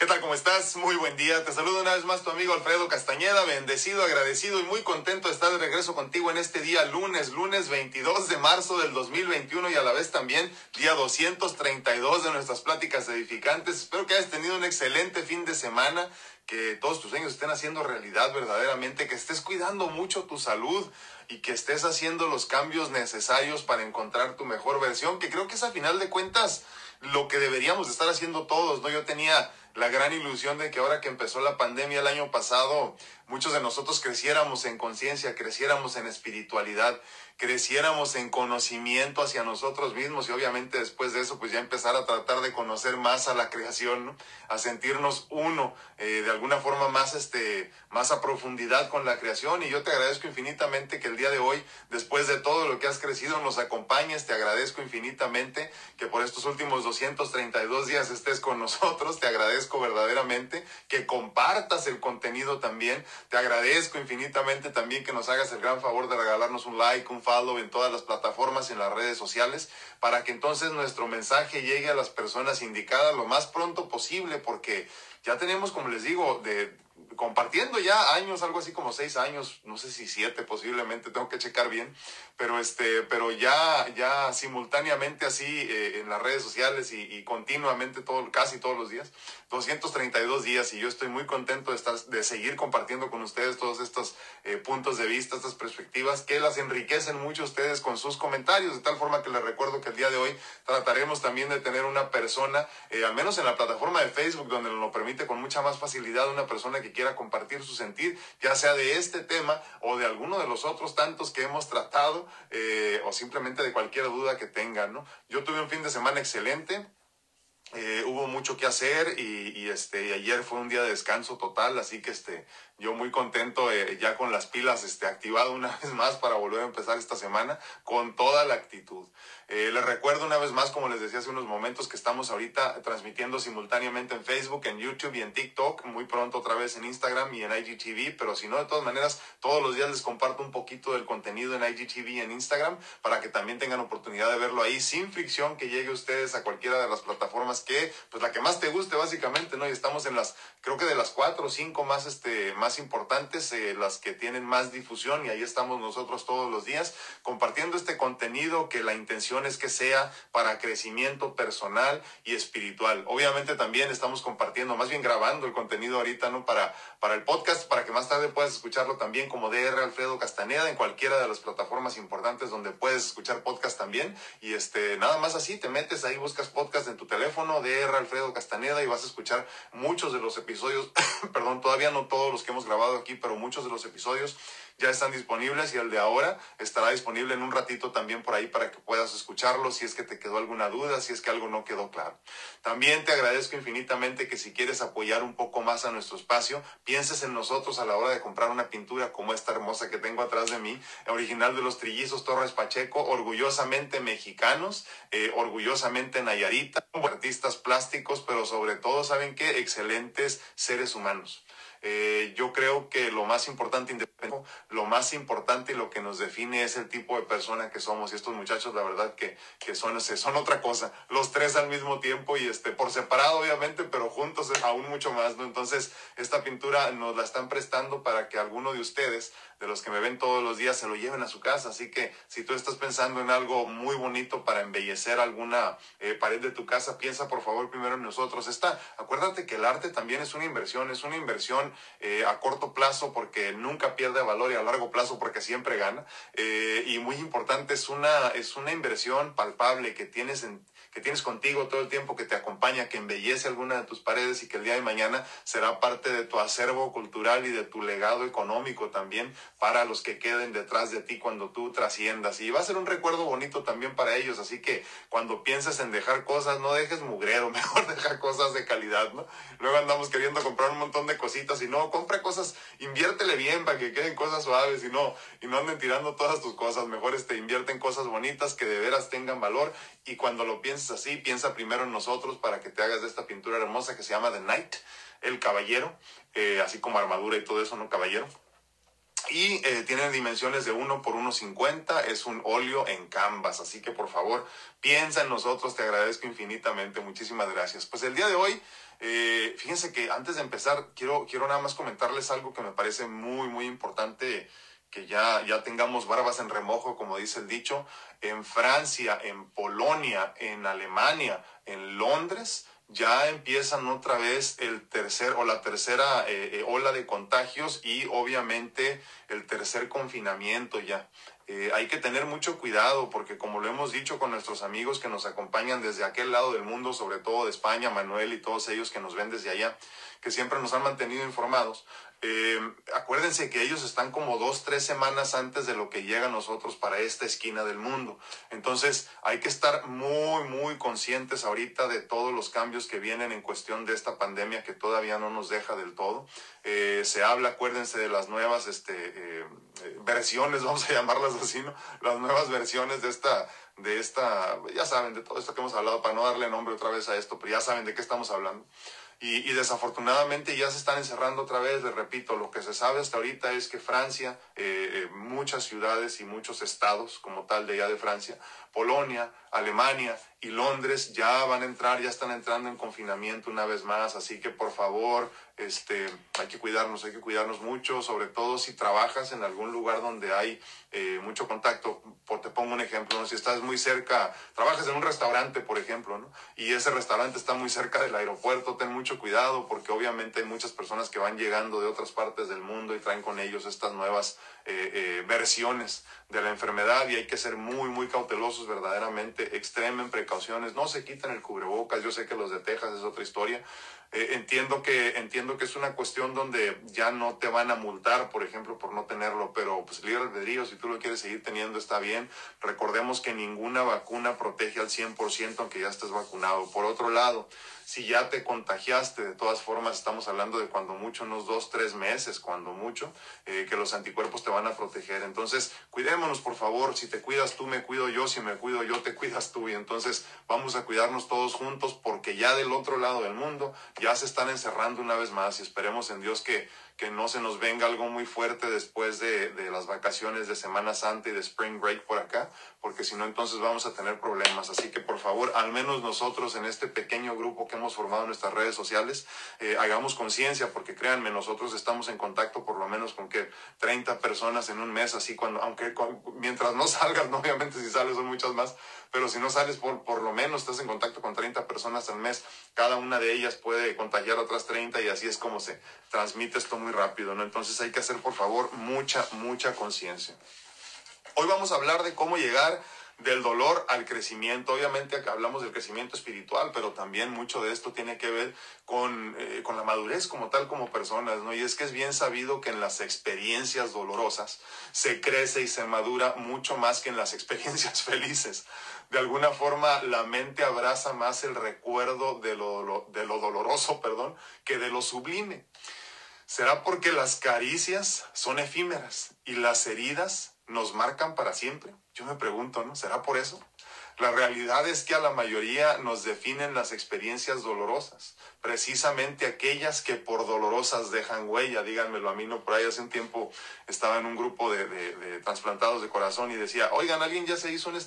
tal? ¿Cómo estás? Muy buen día. Te saludo una vez más tu amigo Alfredo Castañeda, bendecido, agradecido y muy contento de estar de regreso contigo en este día lunes 22 de marzo del 2021 y a la vez también día 232 de nuestras pláticas edificantes. Espero que hayas tenido un excelente fin de semana, que todos tus sueños estén haciendo realidad verdaderamente, que estés cuidando mucho tu salud y que estés haciendo los cambios necesarios para encontrar tu mejor versión, que creo que es a final de cuentas lo que deberíamos estar haciendo todos, ¿no? Yo tenía la gran ilusión de que ahora que empezó la pandemia el año pasado, muchos de nosotros creciéramos en conciencia, creciéramos en espiritualidad, creciéramos en conocimiento hacia nosotros mismos y obviamente después de eso pues ya empezar a tratar de conocer más a la creación, ¿no? A sentirnos uno, de alguna forma más a profundidad con la creación. Y yo te agradezco infinitamente que el día de hoy, después de todo lo que has crecido, nos acompañes. Te agradezco infinitamente que por estos últimos 232 días estés con nosotros. Te agradezco verdaderamente que compartas el contenido también. Te agradezco infinitamente también que nos hagas el gran favor de regalarnos un like, un follow en todas las plataformas, en las redes sociales, para que entonces nuestro mensaje llegue a las personas indicadas lo más pronto posible, porque ya tenemos, como les digo, compartiendo ya años, algo así como 6 años, no sé si 7 posiblemente, tengo que checar bien, pero ya simultáneamente así en las redes sociales y continuamente casi todos los días, 232 días, y yo estoy muy contento de seguir compartiendo con ustedes todos estos puntos de vista, estas perspectivas que las enriquecen mucho ustedes con sus comentarios, de tal forma que les recuerdo que el día de hoy trataremos también de tener una persona, al menos en la plataforma de Facebook, donde nos lo permite con mucha más facilidad, una persona que quiera compartir su sentir, ya sea de este tema o de alguno de los otros tantos que hemos tratado, o simplemente de cualquier duda que tengan, ¿no? Yo tuve un fin de semana excelente. Hubo mucho que hacer y ayer fue un día de descanso total, así que yo muy contento, ya con las pilas activado una vez más para volver a empezar esta semana con toda la actitud. Les recuerdo una vez más, como les decía hace unos momentos, que estamos ahorita transmitiendo simultáneamente en Facebook, en YouTube y en TikTok, muy pronto otra vez en Instagram y en IGTV, pero si no, de todas maneras, todos los días les comparto un poquito del contenido en IGTV y en Instagram para que también tengan oportunidad de verlo ahí sin fricción, que llegue a ustedes a cualquiera de las plataformas que, pues la que más te guste básicamente, ¿no? Y estamos en creo que de las 4 o 5 más importantes, las que tienen más difusión, y ahí estamos nosotros todos los días compartiendo este contenido, que la intención es que sea para crecimiento personal y espiritual. Obviamente también estamos compartiendo, más bien grabando el contenido ahorita, ¿no? Para el podcast, para que más tarde puedas escucharlo también como DR Alfredo Castañeda en cualquiera de las plataformas importantes donde puedes escuchar podcast también. Y nada más así, te metes ahí, buscas podcast en tu teléfono, DR Alfredo Castañeda, y vas a escuchar muchos de los episodios, perdón, todavía no todos los que hemos grabado aquí, pero muchos de los episodios ya están disponibles, y el de ahora estará disponible en un ratito también por ahí para que puedas escucharlo si es que te quedó alguna duda, si es que algo no quedó claro. También te agradezco infinitamente que si quieres apoyar un poco más a nuestro espacio, pienses en nosotros a la hora de comprar una pintura como esta hermosa que tengo atrás de mí, original de los Trillizos Torres Pacheco, orgullosamente mexicanos, orgullosamente Nayarita, artistas plásticos, pero sobre todo, ¿saben qué? Excelentes seres humanos. Yo creo que lo más importante y lo que nos define es el tipo de persona que somos, y estos muchachos la verdad que son otra cosa, los tres al mismo tiempo, y por separado obviamente, pero juntos es aún mucho más, ¿no? Entonces esta pintura nos la están prestando para que alguno de ustedes, de los que me ven todos los días, se lo lleven a su casa. Así que si tú estás pensando en algo muy bonito para embellecer alguna pared de tu casa, piensa por favor primero en nosotros. Acuérdate que el arte también es una inversión a corto plazo porque nunca pierde valor, y a largo plazo porque siempre gana, y muy importante, es una inversión palpable que tienes contigo todo el tiempo, que te acompaña, que embellece alguna de tus paredes y que el día de mañana será parte de tu acervo cultural y de tu legado económico también para los que queden detrás de ti cuando tú trasciendas, y va a ser un recuerdo bonito también para ellos. Así que cuando pienses en dejar cosas, no dejes mugrero, mejor deja cosas de calidad, ¿no? Luego andamos queriendo comprar un montón de cositas, y no, compra cosas, inviértele bien para que queden cosas suaves, y no anden tirando todas tus cosas. Mejor invierte en cosas bonitas que de veras tengan valor, y cuando lo pienses así, piensa primero en nosotros para que te hagas de esta pintura hermosa que se llama The Knight, el caballero, así como armadura y todo eso, ¿no? Caballero. y tiene dimensiones de 1 por 1.50, es un óleo en canvas, así que por favor piensa en nosotros, te agradezco infinitamente, muchísimas gracias. Pues el día de hoy, fíjense que antes de empezar quiero nada más comentarles algo que me parece muy importante, que ya tengamos barbas en remojo, como dice el dicho. En Francia, en Polonia, en Alemania, en Londres, ya empiezan otra vez la tercera ola de contagios y obviamente el tercer confinamiento ya. Hay que tener mucho cuidado porque, como lo hemos dicho con nuestros amigos que nos acompañan desde aquel lado del mundo, sobre todo de España, Manuel y todos ellos que nos ven desde allá, que siempre nos han mantenido informados, acuérdense que ellos están como 2-3 semanas antes de lo que llega a nosotros para esta esquina del mundo. Entonces hay que estar muy conscientes ahorita de todos los cambios que vienen en cuestión de esta pandemia que todavía no nos deja del todo. Se habla, acuérdense de las nuevas versiones, vamos a llamarlas así, ¿no? Las nuevas versiones de esta, ya saben, de todo esto que hemos hablado, para no darle nombre otra vez a esto, pero ya saben de qué estamos hablando. Y desafortunadamente ya se están encerrando otra vez. Les repito, lo que se sabe hasta ahorita es que Francia, muchas ciudades y muchos estados como tal de allá de Francia, Polonia, Alemania y Londres ya están entrando en confinamiento una vez más, así que por favor, hay que cuidarnos mucho, sobre todo si trabajas en algún lugar donde hay mucho contacto. Te pongo un ejemplo, ¿no? Si estás muy cerca, trabajas en un restaurante, por ejemplo, ¿no? Y ese restaurante está muy cerca del aeropuerto, ten mucho cuidado porque obviamente hay muchas personas que van llegando de otras partes del mundo y traen con ellos estas nuevas versiones de la enfermedad y hay que ser muy cautelosos verdaderamente, extremen precauciones, no se quiten el cubrebocas. Yo sé que los de Texas es otra historia. Entiendo que es una cuestión donde ya no te van a multar, por ejemplo, por no tenerlo, pero pues libre albedrío, si tú lo quieres seguir teniendo está bien. Recordemos que ninguna vacuna protege al 100% aunque ya estés vacunado. Por otro lado, si ya te contagiaste, de todas formas estamos hablando de cuando mucho, unos 2-3 meses, cuando mucho, que los anticuerpos te van a proteger. Entonces, cuidémonos, por favor. Si te cuidas tú, me cuido yo. Si me cuido yo, te cuidas tú. Y entonces vamos a cuidarnos todos juntos porque ya del otro lado del mundo ya se están encerrando una vez más y esperemos en Dios que no se nos venga algo muy fuerte después de las vacaciones de Semana Santa y de Spring Break por acá, porque si no entonces vamos a tener problemas. Así que por favor, al menos nosotros en este pequeño grupo que hemos formado en nuestras redes sociales, hagamos conciencia, porque créanme, nosotros estamos en contacto por lo menos con 30 personas en un mes, así mientras no salgas, ¿no? Obviamente si sales son muchas más, pero si no sales por lo menos estás en contacto con 30 personas al mes, cada una de ellas puede contagiar a otras 30 y así es como se transmite esto muy rápido, ¿no? Entonces hay que hacer, por favor, mucha conciencia. Hoy vamos a hablar de cómo llegar del dolor al crecimiento. Obviamente acá hablamos del crecimiento espiritual, pero también mucho de esto tiene que ver con la madurez como tal, como personas, ¿no? Y es que es bien sabido que en las experiencias dolorosas se crece y se madura mucho más que en las experiencias felices. De alguna forma, la mente abraza más el recuerdo de lo doloroso, que de lo sublime. ¿Será porque las caricias son efímeras y las heridas nos marcan para siempre? Yo me pregunto, ¿no? ¿Será por eso? La realidad es que a la mayoría nos definen las experiencias dolorosas, precisamente aquellas que por dolorosas dejan huella. Díganmelo a mí, no, por ahí hace un tiempo estaba en un grupo de trasplantados de corazón y decía, oigan, alguien ya se hizo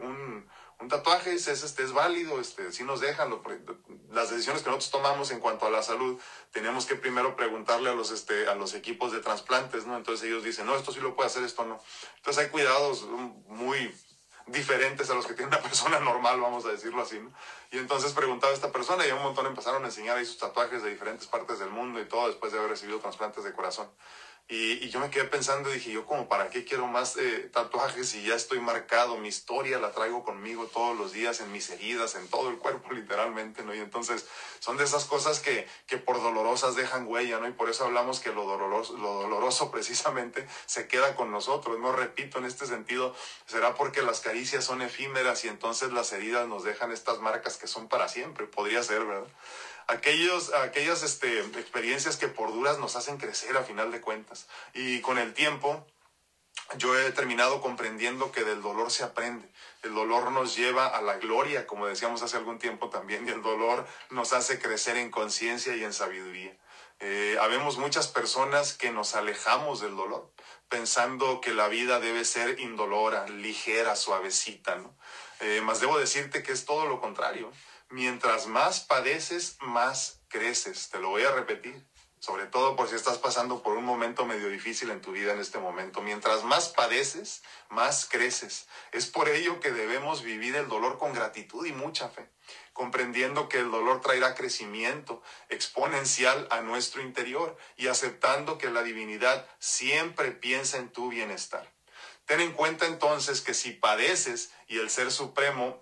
un tatuaje, es válido, si nos dejan. Las decisiones que nosotros tomamos en cuanto a la salud, tenemos que primero preguntarle a los equipos de trasplantes, ¿no? Entonces ellos dicen, no, esto sí lo puede hacer, esto no. Entonces hay cuidados muy diferentes a los que tiene una persona normal, vamos a decirlo así, ¿no? Y entonces preguntaba a esta persona y un montón empezaron a enseñar ahí sus tatuajes de diferentes partes del mundo y todo después de haber recibido trasplantes de corazón. Y yo me quedé pensando y dije, yo como para qué quiero más tatuajes si ya estoy marcado, mi historia la traigo conmigo todos los días en mis heridas, en todo el cuerpo literalmente, ¿no? Y entonces son de esas cosas que por dolorosas dejan huella, ¿no? Y por eso hablamos que lo doloroso precisamente se queda con nosotros, ¿no? Repito, en este sentido, será porque las caricias son efímeras y entonces las heridas nos dejan estas marcas que son para siempre, podría ser, ¿verdad? Aquellas experiencias que por duras nos hacen crecer a final de cuentas. Y con el tiempo yo he terminado comprendiendo que del dolor se aprende. El dolor nos lleva a la gloria, como decíamos hace algún tiempo también, y el dolor nos hace crecer en conciencia y en sabiduría. Habemos muchas personas que nos alejamos del dolor. pensando que la vida debe ser indolora, ligera, suavecita, ¿no? Mas debo decirte que es todo lo contrario. Mientras más padeces, más creces. Te lo voy a repetir. Sobre todo por si estás pasando por un momento medio difícil en tu vida en este momento. Mientras más padeces, más creces. Es por ello que debemos vivir el dolor con gratitud y mucha fe, comprendiendo que el dolor traerá crecimiento exponencial a nuestro interior y aceptando que la divinidad siempre piensa en tu bienestar. Ten en cuenta entonces que si padeces y el Ser Supremo,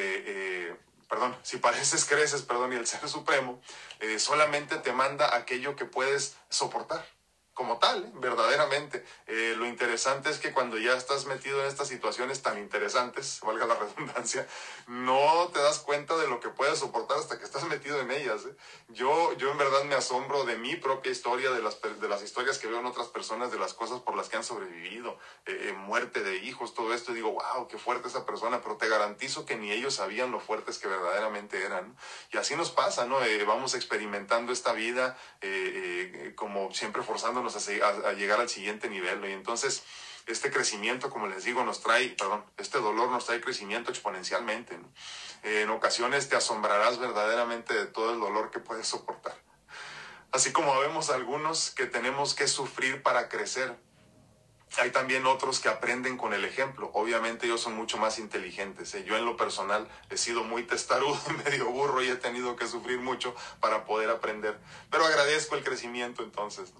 si padeces, creces, y el Ser Supremo solamente te manda aquello que puedes soportar. Como tal, verdaderamente. Lo interesante es que cuando ya estás metido en estas situaciones tan interesantes, valga la redundancia, no te das cuenta de lo que puedes soportar hasta que estás metido en ellas. Yo en verdad me asombro de mi propia historia, de las historias que veo en otras personas, de las cosas por las que han sobrevivido, muerte de hijos, todo esto, y digo, wow, qué fuerte esa persona, pero te garantizo que ni ellos sabían lo fuertes que verdaderamente eran, ¿no? Y así nos pasa, ¿no? Vamos experimentando esta vida, como siempre forzándonos a llegar al siguiente nivel, ¿no? Y entonces este crecimiento, como les digo, este dolor nos trae crecimiento exponencialmente, ¿no? En ocasiones te asombrarás verdaderamente de todo el dolor que puedes soportar. Así como vemos algunos que tenemos que sufrir para crecer, hay también otros que aprenden con el ejemplo. Obviamente ellos son mucho más inteligentes. Yo en lo personal he sido muy testarudo y medio burro y he tenido que sufrir mucho para poder aprender. Pero agradezco el crecimiento entonces, ¿no?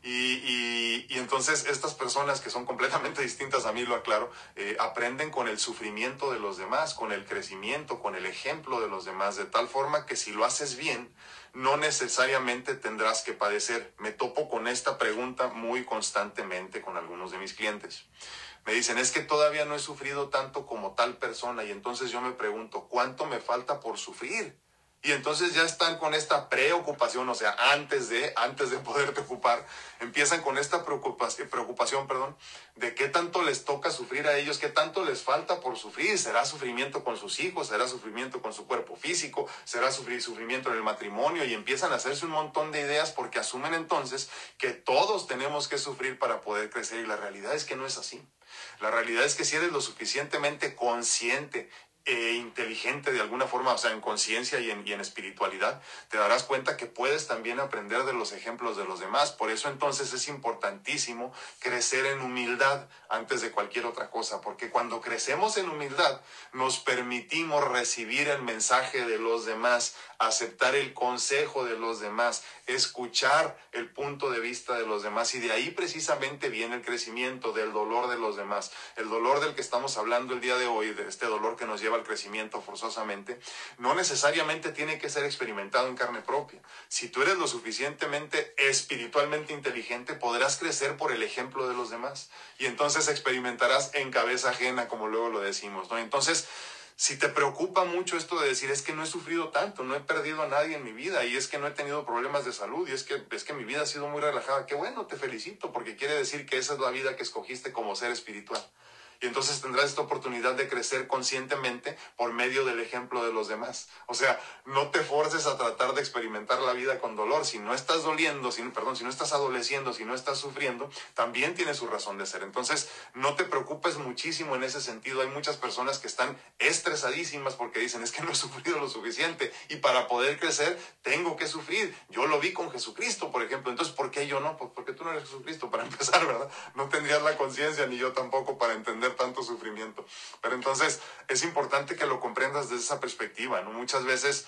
Y entonces estas personas que son completamente distintas a mí, lo aclaro, aprenden con el sufrimiento de los demás, con el crecimiento, con el ejemplo de los demás, de tal forma que si lo haces bien, no necesariamente tendrás que padecer. Me topo con esta pregunta muy constantemente con algunos de mis clientes. Me dicen, es que todavía no he sufrido tanto como tal persona, y entonces yo me pregunto, ¿cuánto me falta por sufrir? Y entonces ya están con esta preocupación, o sea, antes de poderte ocupar, empiezan con esta preocupación, de qué tanto les toca sufrir a ellos, qué tanto les falta por sufrir. ¿Será sufrimiento con sus hijos? ¿Será sufrimiento con su cuerpo físico? ¿Será sufrimiento en el matrimonio? Y empiezan a hacerse un montón de ideas porque asumen entonces que todos tenemos que sufrir para poder crecer, y la realidad es que no es así. La realidad es que si eres lo suficientemente consciente e inteligente de alguna forma, o sea, en conciencia y en espiritualidad, te darás cuenta que puedes también aprender de los ejemplos de los demás. Por eso entonces es importantísimo crecer en humildad antes de cualquier otra cosa, porque cuando crecemos en humildad nos permitimos recibir el mensaje de los demás, aceptar el consejo de los demás, escuchar el punto de vista de los demás, y de ahí precisamente viene el crecimiento del dolor de los demás. El dolor del que estamos hablando el día de hoy, de este dolor que nos lleva al crecimiento forzosamente, no necesariamente tiene que ser experimentado en carne propia. Si tú eres lo suficientemente espiritualmente inteligente, podrás crecer por el ejemplo de los demás, y entonces experimentarás en cabeza ajena, como luego lo decimos, ¿no? Entonces, si te preocupa mucho esto de decir, es que no he sufrido tanto, no he perdido a nadie en mi vida, y es que no he tenido problemas de salud, y es que mi vida ha sido muy relajada, qué bueno, te felicito, porque quiere decir que esa es la vida que escogiste como ser espiritual. Y entonces tendrás esta oportunidad de crecer conscientemente por medio del ejemplo de los demás. O sea, no te forces a tratar de experimentar la vida con dolor. Si no estás doliendo, si no estás adoleciendo, si no estás sufriendo, también tiene su razón de ser. Entonces, no te preocupes muchísimo en ese sentido. Hay muchas personas que están estresadísimas porque dicen, es que no he sufrido lo suficiente, y para poder crecer tengo que sufrir. Yo lo vi con Jesucristo, por ejemplo. Entonces, ¿por qué yo no? Pues porque tú no eres Jesucristo, para empezar, ¿verdad? No tendrías la conciencia, ni yo tampoco, para entender tanto sufrimiento. Pero entonces es importante que lo comprendas desde esa perspectiva, ¿no? Muchas veces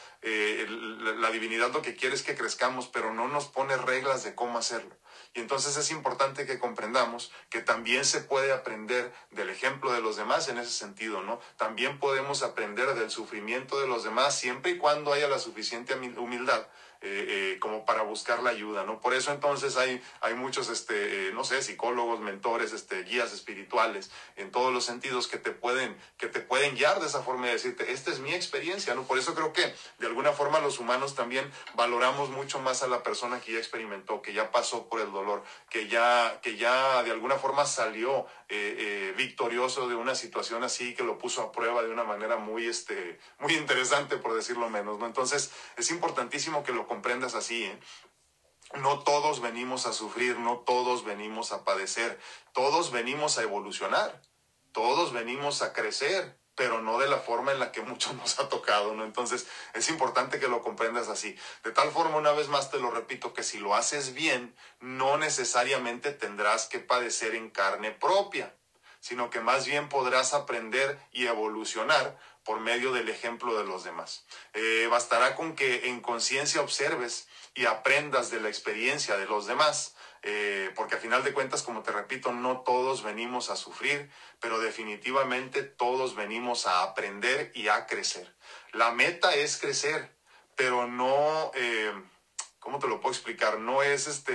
la divinidad lo que quiere es que crezcamos, pero no nos pone reglas de cómo hacerlo. Y entonces es importante que comprendamos que también se puede aprender del ejemplo de los demás en ese sentido, ¿no? También podemos aprender del sufrimiento de los demás siempre y cuando haya la suficiente humildad como para buscar la ayuda, ¿no? Por eso entonces hay muchos, psicólogos, mentores, guías espirituales, en todos los sentidos, que te pueden guiar de esa forma, de decirte, esta es mi experiencia, ¿no? Por eso creo que de alguna forma los humanos también valoramos mucho más a la persona que ya experimentó, que ya pasó por el dolor, que ya de alguna forma salió victorioso de una situación así, que lo puso a prueba de una manera muy interesante, por decirlo menos, ¿no? Entonces es importantísimo que lo comprendas así, ¿eh? No todos venimos a sufrir, no todos venimos a padecer, todos venimos a evolucionar, todos venimos a crecer, pero no de la forma en la que muchos nos ha tocado, ¿no? Entonces es importante que lo comprendas así. De tal forma, una vez más te lo repito, que si lo haces bien, no necesariamente tendrás que padecer en carne propia, sino que más bien podrás aprender y evolucionar por medio del ejemplo de los demás. Bastará con que en conciencia observes y aprendas de la experiencia de los demás, porque a final de cuentas, como te repito, no todos venimos a sufrir, pero definitivamente todos venimos a aprender y a crecer. La meta es crecer, pero no, ¿cómo te lo puedo explicar? No es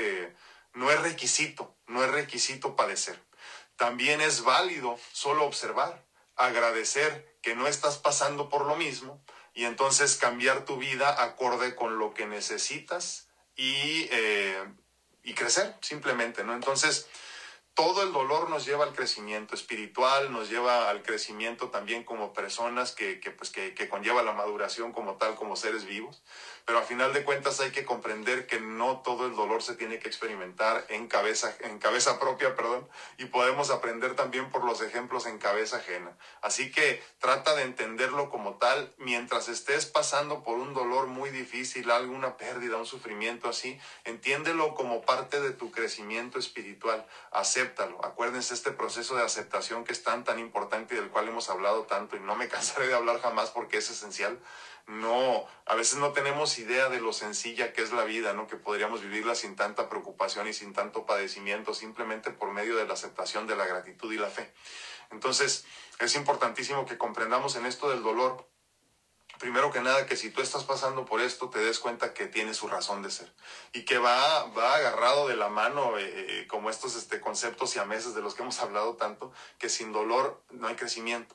requisito padecer. También es válido solo observar, agradecer que no estás pasando por lo mismo y entonces cambiar tu vida acorde con lo que necesitas y crecer simplemente, ¿no? Entonces, todo el dolor nos lleva al crecimiento espiritual, nos lleva al crecimiento también como personas que conlleva la maduración como tal, como seres vivos. Pero a final de cuentas hay que comprender que no todo el dolor se tiene que experimentar en cabeza propia, y podemos aprender también por los ejemplos en cabeza ajena. Así que trata de entenderlo como tal. Mientras estés pasando por un dolor muy difícil, alguna pérdida, un sufrimiento así, entiéndelo como parte de tu crecimiento espiritual. Acéptalo. Acuérdense este proceso de aceptación que es tan importante y del cual hemos hablado tanto y no me cansaré de hablar jamás porque es esencial. No, a veces no tenemos idea de lo sencilla que es la vida, ¿no? Que podríamos vivirla sin tanta preocupación y sin tanto padecimiento, simplemente por medio de la aceptación, de la gratitud y la fe. Entonces, es importantísimo que comprendamos en esto del dolor, primero que nada, que si tú estás pasando por esto, te des cuenta que tiene su razón de ser y que va agarrado de la mano, como estos conceptos siameses de los que hemos hablado tanto, que sin dolor no hay crecimiento.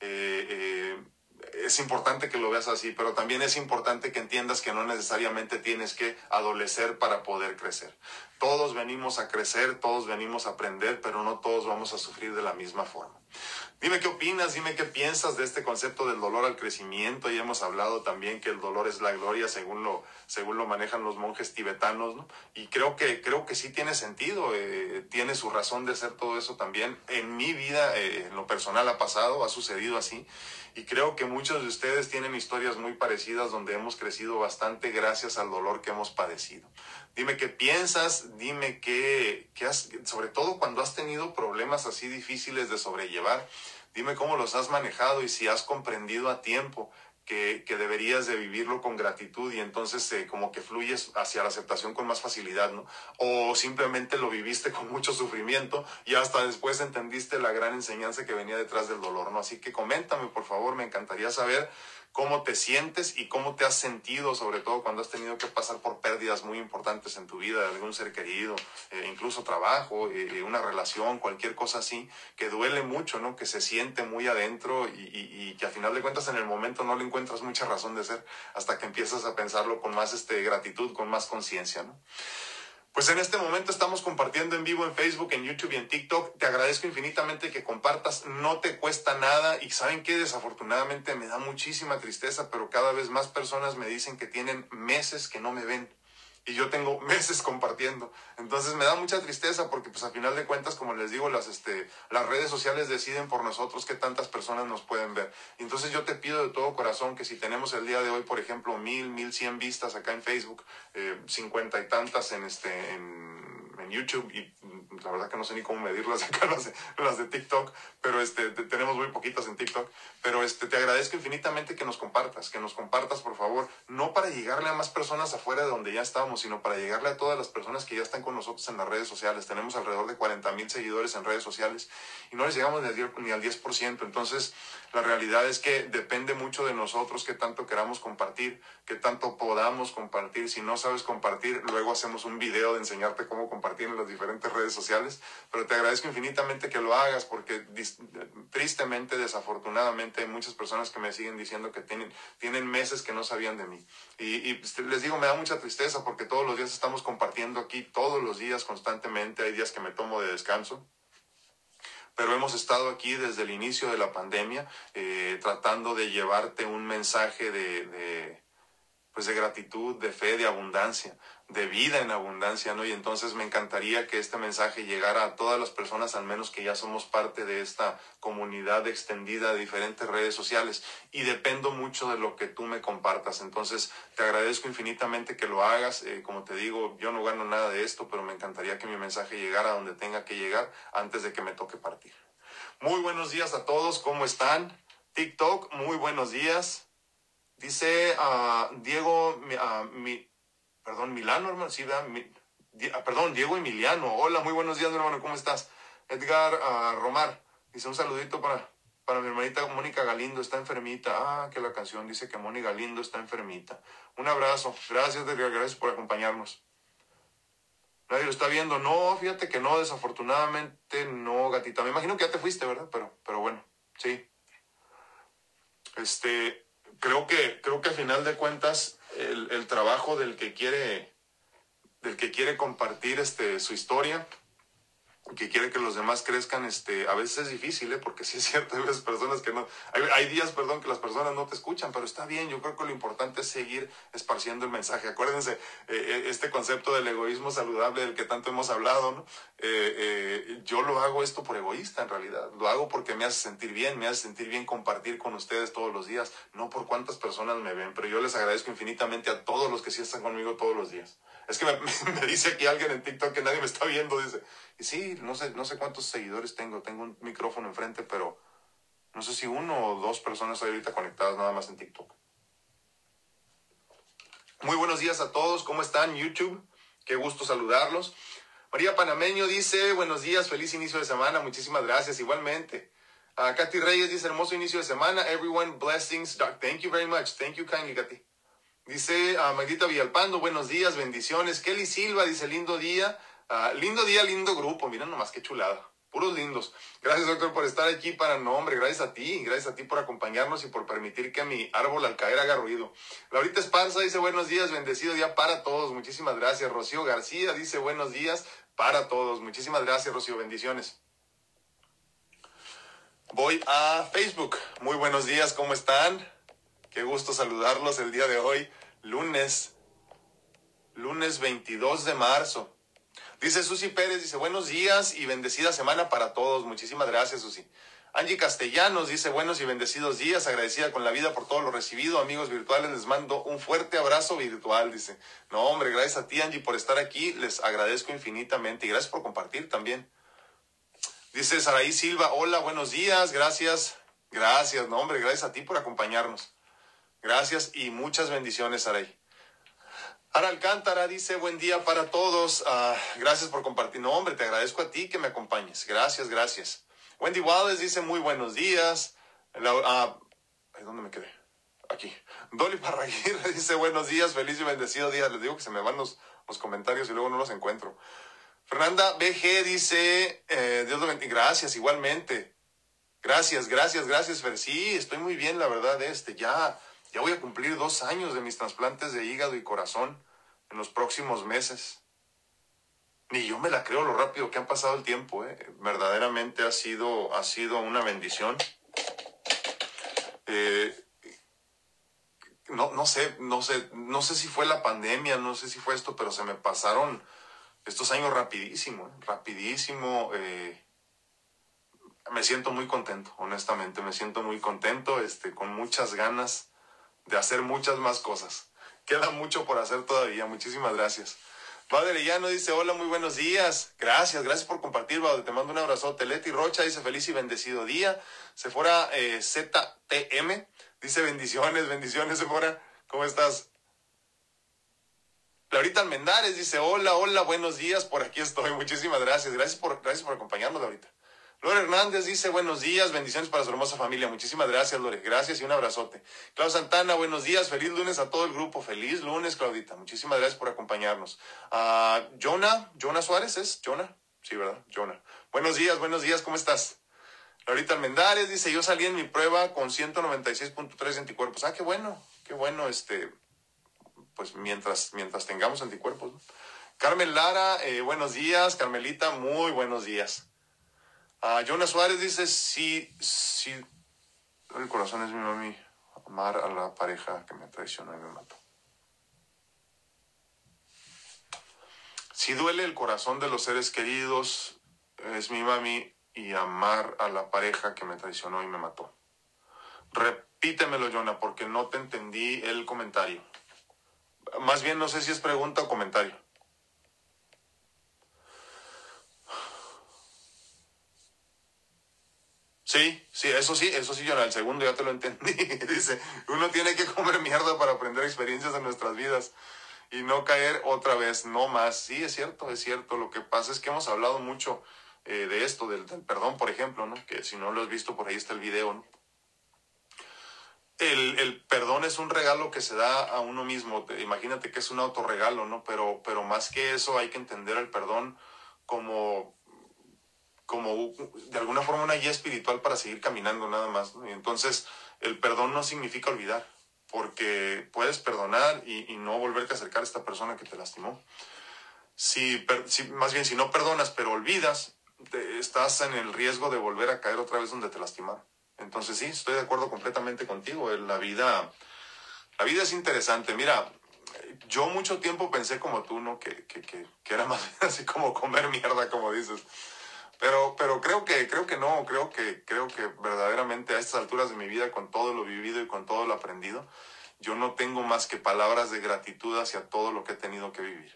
Es importante que lo veas así, pero también es importante que entiendas que no necesariamente tienes que adolecer para poder crecer. Todos venimos a crecer, todos venimos a aprender, pero no todos vamos a sufrir de la misma forma. Dime qué opinas, dime qué piensas de este concepto del dolor al crecimiento. Ya hemos hablado también que el dolor es la gloria, según lo manejan los monjes tibetanos, ¿no? Y creo que sí tiene sentido, tiene su razón de ser todo eso también. En mi vida, en lo personal ha pasado, ha sucedido así. Y creo que muchos de ustedes tienen historias muy parecidas donde hemos crecido bastante gracias al dolor que hemos padecido. Dime qué piensas, dime qué has, sobre todo cuando has tenido problemas así difíciles de sobrellevar, dime cómo los has manejado y si has comprendido a tiempo que deberías de vivirlo con gratitud y entonces como que fluyes hacia la aceptación con más facilidad, ¿no? O simplemente lo viviste con mucho sufrimiento y hasta después entendiste la gran enseñanza que venía detrás del dolor, ¿no? Así que coméntame, por favor, me encantaría saber cómo te sientes y cómo te has sentido, sobre todo cuando has tenido que pasar por pérdidas muy importantes en tu vida, de algún ser querido, incluso trabajo, una relación, cualquier cosa así, que duele mucho, ¿no? Que se siente muy adentro y que a final de cuentas en el momento no le encuentras mucha razón de ser hasta que empiezas a pensarlo con más gratitud, con más conciencia, ¿no? Pues en este momento estamos compartiendo en vivo en Facebook, en YouTube y en TikTok. Te agradezco infinitamente que compartas, no te cuesta nada y saben que desafortunadamente me da muchísima tristeza, pero cada vez más personas me dicen que tienen meses que no me ven. Y yo tengo meses compartiendo. Entonces me da mucha tristeza porque pues a final de cuentas, como les digo, las redes sociales deciden por nosotros qué tantas personas nos pueden ver. Entonces yo te pido de todo corazón que si tenemos el día de hoy, por ejemplo, 1,100 vistas acá en Facebook, 50 y tantas en YouTube y la verdad que no sé ni cómo medirlas acá las de TikTok, pero tenemos muy poquitas en TikTok, pero te agradezco infinitamente que nos compartas por favor, no para llegarle a más personas afuera de donde ya estábamos, sino para llegarle a todas las personas que ya están con nosotros en las redes sociales. Tenemos alrededor de 40,000 seguidores en redes sociales y no les llegamos ni al 10%, entonces la realidad es que depende mucho de nosotros qué tanto queramos compartir, qué tanto podamos compartir. Si no sabes compartir, luego hacemos un video de enseñarte cómo compartir en las diferentes redes sociales, pero te agradezco infinitamente que lo hagas porque tristemente, desafortunadamente, hay muchas personas que me siguen diciendo que tienen meses que no sabían de mí. Y les digo, me da mucha tristeza porque todos los días estamos compartiendo aquí, todos los días constantemente. Hay días que me tomo de descanso, pero hemos estado aquí desde el inicio de la pandemia tratando de llevarte un mensaje de pues de gratitud, de fe, de abundancia, de vida en abundancia, ¿no? Y entonces me encantaría que este mensaje llegara a todas las personas, al menos que ya somos parte de esta comunidad extendida de diferentes redes sociales, y dependo mucho de lo que tú me compartas. Entonces te agradezco infinitamente que lo hagas. Como te digo, yo no gano nada de esto, pero me encantaría que mi mensaje llegara a donde tenga que llegar antes de que me toque partir. Muy buenos días a todos, ¿cómo están? TikTok, muy buenos días. Dice Diego, Milano, hermano, sí, ¿verdad? Perdón, Diego Emiliano. Hola, muy buenos días, hermano, ¿cómo estás? Edgar Romar, dice un saludito para mi hermanita Mónica Galindo, está enfermita. Que la canción dice que Mónica Galindo está enfermita. Un abrazo, gracias, Edgar, gracias por acompañarnos. ¿Nadie lo está viendo? No, fíjate que no, desafortunadamente no, gatita. Me imagino que ya te fuiste, ¿verdad? Pero bueno, sí. Creo que a final de cuentas el trabajo del que quiere compartir su historia, que quiere que los demás crezcan, a veces es difícil, porque sí es cierto, hay veces personas que no, hay días, perdón, que las personas no te escuchan, pero está bien. Yo creo que lo importante es seguir esparciendo el mensaje. Acuérdense, este concepto del egoísmo saludable del que tanto hemos hablado, ¿no? Yo lo hago esto por egoísta, en realidad. Lo hago porque me hace sentir bien compartir con ustedes todos los días, no por cuántas personas me ven, pero yo les agradezco infinitamente a todos los que sí están conmigo todos los días. Es que me dice aquí alguien en TikTok que nadie me está viendo, dice. Y sí, no sé cuántos seguidores tengo un micrófono enfrente, pero no sé si 1 o 2 personas hay ahorita conectadas nada más en TikTok. Muy buenos días a todos, ¿cómo están? YouTube, qué gusto saludarlos. María Panameño dice, buenos días, feliz inicio de semana, muchísimas gracias, igualmente. Katy Reyes dice, hermoso inicio de semana, everyone, blessings, thank you very much, thank you kindly, Katy. Dice Magdita Villalpando, buenos días, bendiciones. Kelly Silva dice, lindo día, lindo grupo, miren nomás qué chulada, puros lindos. Gracias, doctor, por estar aquí gracias a ti por acompañarnos y por permitir que mi árbol al caer haga ruido. Laurita Esparza dice, buenos días, bendecido día para todos, muchísimas gracias. Rocío García dice, buenos días para todos, muchísimas gracias, Rocío, bendiciones. Voy a Facebook, muy buenos días, ¿cómo están? Qué gusto saludarlos el día de hoy, lunes 22 de marzo. Dice Susi Pérez, dice, buenos días y bendecida semana para todos. Muchísimas gracias, Susi. Angie Castellanos dice, buenos y bendecidos días, agradecida con la vida por todo lo recibido. Amigos virtuales, les mando un fuerte abrazo virtual, dice. No, hombre, gracias a ti, Angie, por estar aquí. Les agradezco infinitamente y gracias por compartir también. Dice Saraí Silva, hola, buenos días, gracias. Gracias, no, hombre, gracias a ti por acompañarnos. Gracias y muchas bendiciones, Saraí. Ara Alcántara dice, buen día para todos. Gracias por compartir. No, hombre, te agradezco a ti que me acompañes. Gracias. Wendy Wallace dice, muy buenos días. ¿Dónde me quedé? Aquí. Dolly Parraguirre dice, buenos días, feliz y bendecido día. Les digo que se me van los comentarios y luego no los encuentro. Fernanda BG dice, Dios lo bendiga. Gracias, igualmente. Gracias, Fer. Sí, estoy muy bien, la verdad, Ya voy a cumplir 2 años de mis trasplantes de hígado y corazón en los próximos meses. Ni yo me la creo lo rápido que han pasado el tiempo, Verdaderamente ha sido una bendición. No sé si fue la pandemia, no sé si fue esto, pero se me pasaron estos años rapidísimo. Me siento muy contento, honestamente, con muchas ganas de hacer muchas más cosas. Queda mucho por hacer todavía. Muchísimas gracias. Padre Llano dice, hola, muy buenos días. Gracias por compartir, Baude. Te mando un abrazote. Leti Rocha dice, feliz y bendecido día. Sephora ZTM dice, bendiciones, Sephora. ¿Cómo estás? Laurita Almendares dice, hola, buenos días. Por aquí estoy. Muchísimas gracias. Gracias por acompañarnos, Laurita. Lore Hernández dice, buenos días, bendiciones para su hermosa familia. Muchísimas gracias, Lore. Gracias y un abrazote. Clau Santana, buenos días, feliz lunes a todo el grupo. Feliz lunes, Claudita. Muchísimas gracias por acompañarnos. Jonah Suárez, ¿es? Jonah. Sí, ¿verdad? Jonah. Buenos días, ¿cómo estás? Laurita Almendares dice, yo salí en mi prueba con 196.3 anticuerpos. Qué bueno, pues mientras tengamos anticuerpos, ¿no? Carmen Lara, buenos días. Carmelita, muy buenos días. Jonah Suárez dice, sí, el corazón es mi mami, amar a la pareja que me traicionó y me mató. Si duele el corazón de los seres queridos, es mi mami, y amar a la pareja que me traicionó y me mató. Repítemelo, Jonah, porque no te entendí el comentario. Más bien no sé si es pregunta o comentario. Sí, eso sí, Jonah, el segundo ya te lo entendí. Dice, uno tiene que comer mierda para aprender experiencias en nuestras vidas y no caer otra vez, no más. Sí, es cierto. Lo que pasa es que hemos hablado mucho de esto, del perdón, por ejemplo, ¿no? Que si no lo has visto, por ahí está el video, ¿no? El perdón es un regalo que se da a uno mismo. Imagínate que es un autorregalo, ¿no? Pero más que eso hay que entender el perdón como de alguna forma una guía espiritual para seguir caminando nada más, ¿no? Y entonces el perdón no significa olvidar, porque puedes perdonar y no volverte a acercar a esta persona que te lastimó. Más bien, si no perdonas pero olvidas, estás en el riesgo de volver a caer otra vez donde te lastimaron. Entonces sí, estoy de acuerdo completamente contigo. La vida es interesante. Mira, yo mucho tiempo pensé como tú, ¿no? Que era más bien así como comer mierda, como dices. Pero creo que no, creo que verdaderamente a estas alturas de mi vida, con todo lo vivido y con todo lo aprendido, yo no tengo más que palabras de gratitud hacia todo lo que he tenido que vivir.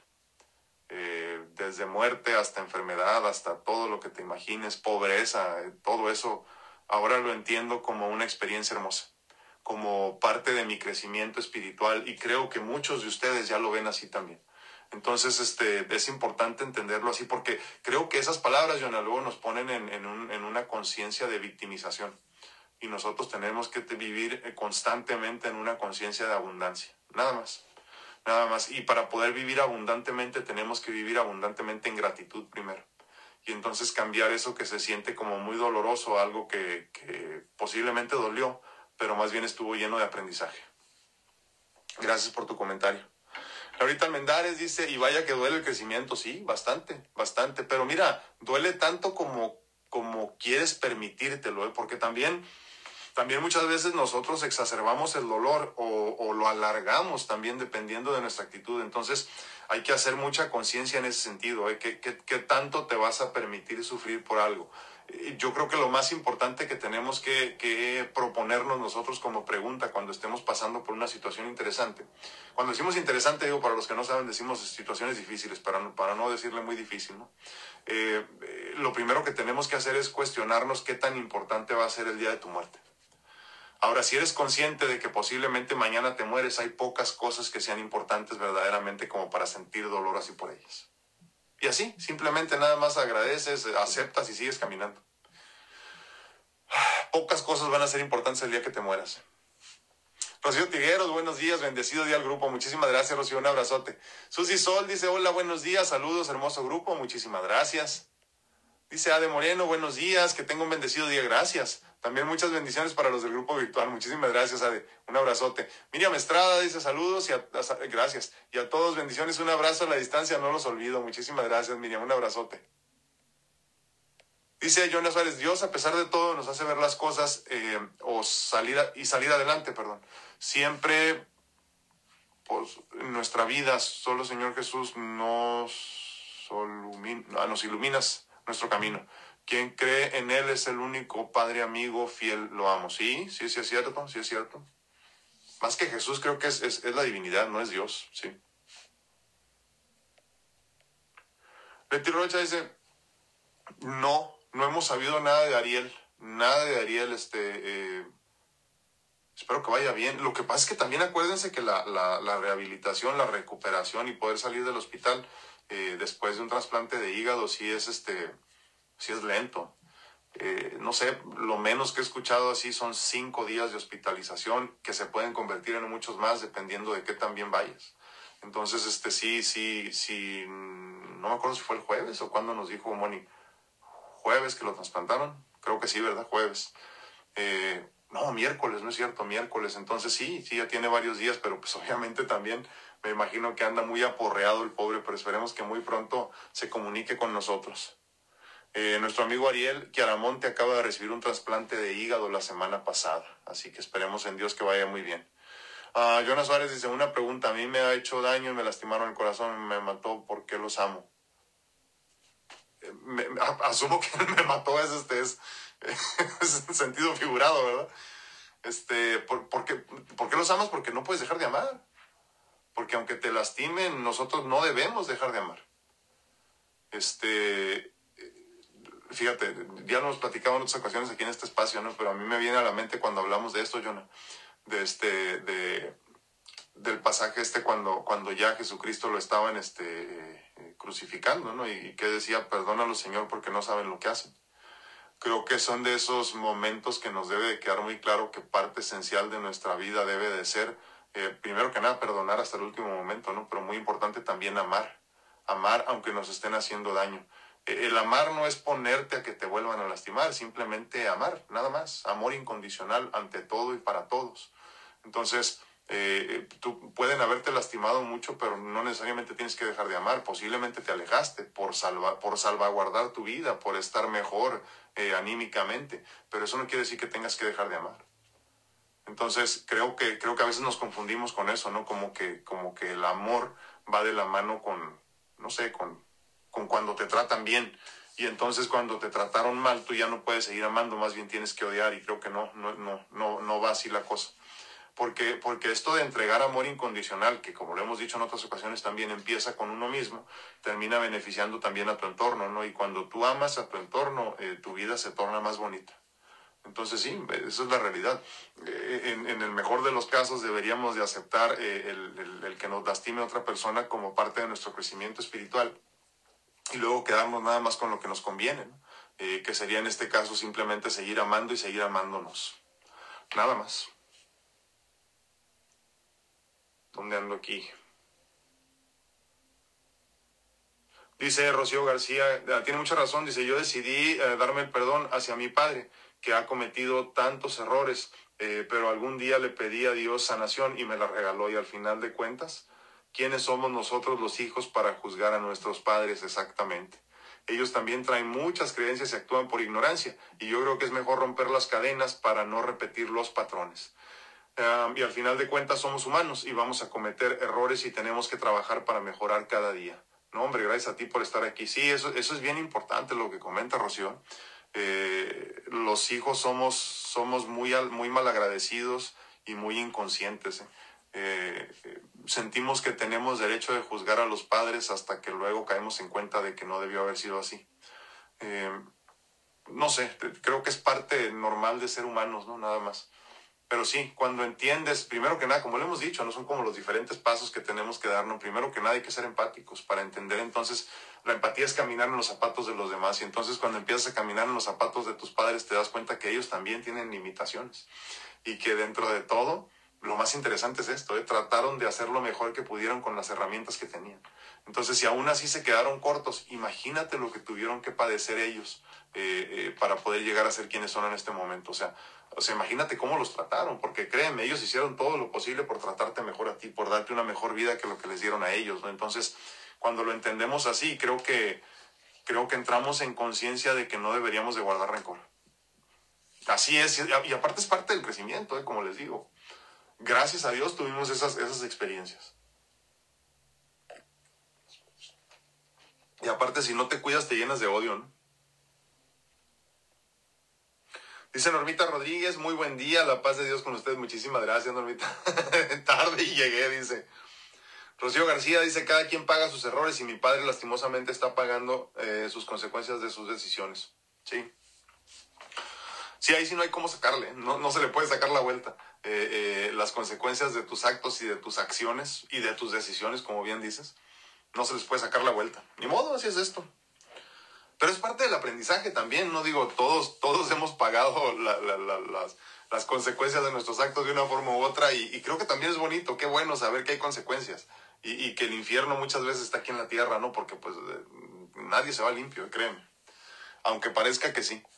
Desde muerte hasta enfermedad, hasta todo lo que te imagines, pobreza, todo eso, ahora lo entiendo como una experiencia hermosa, como parte de mi crecimiento espiritual, y creo que muchos de ustedes ya lo ven así también. Entonces, es importante entenderlo así, porque creo que esas palabras, Jonah, luego nos ponen en una conciencia de victimización. Y nosotros tenemos que vivir constantemente en una conciencia de abundancia. Nada más. Nada más. Y para poder vivir abundantemente, tenemos que vivir abundantemente en gratitud primero. Y entonces cambiar eso que se siente como muy doloroso, algo que posiblemente dolió, pero más bien estuvo lleno de aprendizaje. Gracias por tu comentario. Laurita Almendares dice, y vaya que duele el crecimiento. Sí, bastante, pero mira, duele tanto como quieres permitírtelo, porque también muchas veces nosotros exacerbamos el dolor o lo alargamos también dependiendo de nuestra actitud. Entonces hay que hacer mucha conciencia en ese sentido, ¿Qué tanto te vas a permitir sufrir por algo? Yo creo que lo más importante que tenemos que proponernos nosotros como pregunta cuando estemos pasando por una situación interesante. Cuando decimos interesante, digo, para los que no saben, decimos situaciones difíciles, para no decirle muy difícil, ¿no? Lo primero que tenemos que hacer es cuestionarnos qué tan importante va a ser el día de tu muerte. Ahora, si eres consciente de que posiblemente mañana te mueres, hay pocas cosas que sean importantes verdaderamente como para sentir dolor así por ellas. Y así, simplemente nada más agradeces, aceptas y sigues caminando. Pocas cosas van a ser importantes el día que te mueras. Rocío Tigueros, buenos días, bendecido día al grupo. Muchísimas gracias, Rocío, un abrazote. Susi Sol dice, hola, buenos días, saludos, hermoso grupo, muchísimas gracias. Dice Ade Moreno, buenos días, que tenga un bendecido día, gracias. También muchas bendiciones para los del grupo virtual. Muchísimas gracias, Ade. Un abrazote. Miriam Estrada dice saludos y gracias. Y a todos bendiciones, un abrazo a la distancia, no los olvido. Muchísimas gracias, Miriam, un abrazote. Dice Jonas Suárez, Dios a pesar de todo nos hace ver las cosas salir adelante, perdón. Siempre, pues, en nuestra vida, solo Señor Jesús nos iluminas nuestro camino. Quien cree en Él es el único Padre, amigo, fiel, lo amo. Sí es cierto. Más que Jesús, creo que es la divinidad, no es Dios, sí. Leti Rocha dice, no hemos sabido nada de Ariel. Espero que vaya bien. Lo que pasa es que también acuérdense que la rehabilitación, la recuperación y poder salir del hospital después de un trasplante de hígado sí es lento. No sé, lo menos que he escuchado así son 5 días de hospitalización que se pueden convertir en muchos más dependiendo de qué tan bien vayas. Entonces, sí, no me acuerdo si fue el jueves o cuando nos dijo Moni, jueves que lo trasplantaron, creo que sí, ¿verdad? Jueves. No, miércoles, no es cierto, miércoles. Entonces sí, ya tiene varios días, pero pues obviamente también me imagino que anda muy aporreado el pobre, pero esperemos que muy pronto se comunique con nosotros. Nuestro amigo Ariel Chiaramonte acaba de recibir un trasplante de hígado la semana pasada, así que esperemos en Dios que vaya muy bien. Jonas Suárez dice, una pregunta, a mí me ha hecho daño y me lastimaron el corazón, me mató, ¿por qué los amo? Asumo que me mató es en sentido figurado, ¿verdad? ¿Por qué los amas? Porque no puedes dejar de amar. Porque aunque te lastimen, nosotros no debemos dejar de amar. Fíjate, ya lo hemos platicado en otras ocasiones aquí en este espacio, ¿no? Pero a mí me viene a la mente cuando hablamos de esto, Jonah, del pasaje cuando ya Jesucristo lo estaban crucificando, ¿no? Y que decía, perdónalo, Señor, porque no saben lo que hacen. Creo que son de esos momentos que nos debe de quedar muy claro que parte esencial de nuestra vida debe de ser, primero que nada, perdonar hasta el último momento, ¿no? Pero muy importante también amar. Amar aunque nos estén haciendo daño. El amar no es ponerte a que te vuelvan a lastimar, simplemente amar, nada más. Amor incondicional ante todo y para todos. Entonces, tú pueden haberte lastimado mucho, pero no necesariamente tienes que dejar de amar. Posiblemente te alejaste por salvaguardar tu vida, por estar mejor anímicamente, pero eso no quiere decir que tengas que dejar de amar. Entonces creo que a veces nos confundimos con eso, ¿no? Como que el amor va de la mano con, no sé, con cuando te tratan bien. Y entonces cuando te trataron mal, tú ya no puedes seguir amando, más bien tienes que odiar, y creo que no va así la cosa. Porque esto de entregar amor incondicional, que como lo hemos dicho en otras ocasiones también empieza con uno mismo, termina beneficiando también a tu entorno, ¿no? Y cuando tú amas a tu entorno, tu vida se torna más bonita. Entonces sí, esa es la realidad. En el mejor de los casos deberíamos de aceptar el que nos lastime a otra persona como parte de nuestro crecimiento espiritual y luego quedarnos nada más con lo que nos conviene, ¿no? Que sería en este caso simplemente seguir amando y seguir amándonos. Nada más. ¿Dónde ando aquí? Dice Rocío García, tiene mucha razón, dice, yo decidí darme el perdón hacia mi padre, que ha cometido tantos errores, pero algún día le pedí a Dios sanación y me la regaló, y al final de cuentas, ¿quiénes somos nosotros los hijos para juzgar a nuestros padres exactamente? Ellos también traen muchas creencias y actúan por ignorancia, y yo creo que es mejor romper las cadenas para no repetir los patrones. Y al final de cuentas somos humanos y vamos a cometer errores y tenemos que trabajar para mejorar cada día. No, hombre, gracias a ti por estar aquí. Sí, eso es bien importante lo que comenta Rocío. Los hijos somos muy malagradecidos y muy inconscientes. Sentimos que tenemos derecho de juzgar a los padres hasta que luego caemos en cuenta de que no debió haber sido así. No sé, creo que es parte normal de ser humanos, ¿no? Nada más. Pero sí, cuando entiendes, primero que nada, como lo hemos dicho, no son como los diferentes pasos que tenemos que darnos. Primero que nada hay que ser empáticos para entender. Entonces, la empatía es caminar en los zapatos de los demás. Y entonces cuando empiezas a caminar en los zapatos de tus padres, te das cuenta que ellos también tienen limitaciones. Y que dentro de todo, lo más interesante es esto, trataron de hacer lo mejor que pudieron con las herramientas que tenían. Entonces, si aún así se quedaron cortos, imagínate lo que tuvieron que padecer ellos para poder llegar a ser quienes son en este momento. O sea, imagínate cómo los trataron, porque créeme, ellos hicieron todo lo posible por tratarte mejor a ti, por darte una mejor vida que lo que les dieron a ellos, ¿no? Entonces, cuando lo entendemos así, creo que entramos en conciencia de que no deberíamos de guardar rencor. Así es, y aparte es parte del crecimiento, como les digo. Gracias a Dios tuvimos esas experiencias. Y aparte, si no te cuidas, te llenas de odio, ¿no? Dice Normita Rodríguez, muy buen día, la paz de Dios con ustedes. Muchísimas gracias, Normita. Tarde y llegué, dice. Rocío García dice, cada quien paga sus errores y mi padre lastimosamente está pagando sus consecuencias de sus decisiones. Sí. Sí, ahí sí no hay cómo sacarle, no se le puede sacar la vuelta. Las consecuencias de tus actos y de tus acciones y de tus decisiones, como bien dices, no se les puede sacar la vuelta. Ni modo, así es esto. Pero es parte del aprendizaje también, no digo, todos hemos pagado las consecuencias de nuestros actos de una forma u otra y creo que también es bonito, qué bueno saber que hay consecuencias y que el infierno muchas veces está aquí en la tierra, ¿no? Porque pues nadie se va limpio, créeme, aunque parezca que sí.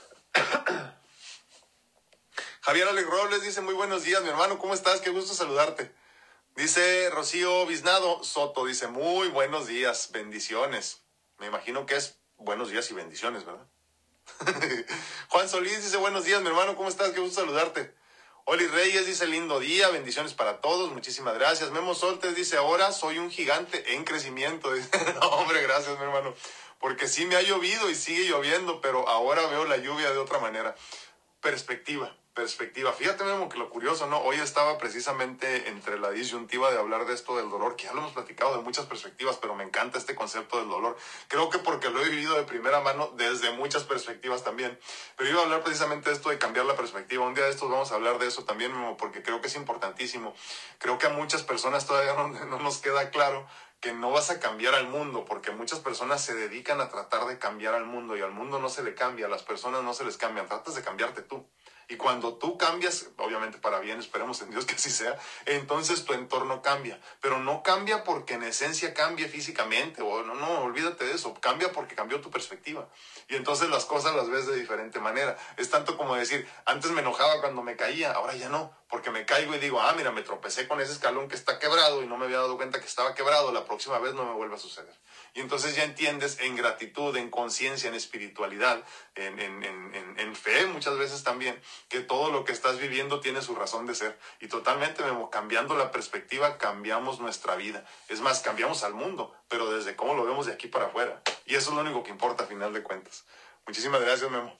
Javier Alex Robles dice, muy buenos días, mi hermano, ¿cómo estás? Qué gusto saludarte. Dice Rocío Biznado Soto, dice, muy buenos días, bendiciones. Me imagino que es buenos días y bendiciones, ¿verdad? Juan Solís dice, buenos días, mi hermano, ¿cómo estás? Qué gusto saludarte. Oli Reyes dice, lindo día, bendiciones para todos, muchísimas gracias. Memo Soltes dice, ahora soy un gigante en crecimiento. Dice, no, hombre, gracias, mi hermano, porque sí me ha llovido y sigue lloviendo, pero ahora veo la lluvia de otra manera. Perspectiva. Fíjate, Memo, que lo curioso, ¿no? Hoy estaba precisamente entre la disyuntiva de hablar de esto del dolor, que ya lo hemos platicado de muchas perspectivas, pero me encanta este concepto del dolor. Creo que porque lo he vivido de primera mano desde muchas perspectivas también. Pero iba a hablar precisamente de esto de cambiar la perspectiva. Un día de estos vamos a hablar de eso también, Memo, porque creo que es importantísimo. Creo que a muchas personas todavía no nos queda claro que no vas a cambiar al mundo, porque muchas personas se dedican a tratar de cambiar al mundo y al mundo no se le cambia, a las personas no se les cambian, tratas de cambiarte tú. Y cuando tú cambias, obviamente para bien, esperemos en Dios que así sea, entonces tu entorno cambia. Pero no cambia porque en esencia cambie físicamente, o no, olvídate de eso, cambia porque cambió tu perspectiva. Y entonces las cosas las ves de diferente manera. Es tanto como decir, antes me enojaba cuando me caía, ahora ya no, porque me caigo y digo, mira, me tropecé con ese escalón que está quebrado y no me había dado cuenta que estaba quebrado, la próxima vez no me vuelve a suceder. Y entonces ya entiendes en gratitud, en conciencia, en espiritualidad, en fe muchas veces también, que todo lo que estás viviendo tiene su razón de ser. Y totalmente, Memo, cambiando la perspectiva, cambiamos nuestra vida. Es más, cambiamos al mundo, pero desde cómo lo vemos de aquí para afuera. Y eso es lo único que importa a final de cuentas. Muchísimas gracias, Memo.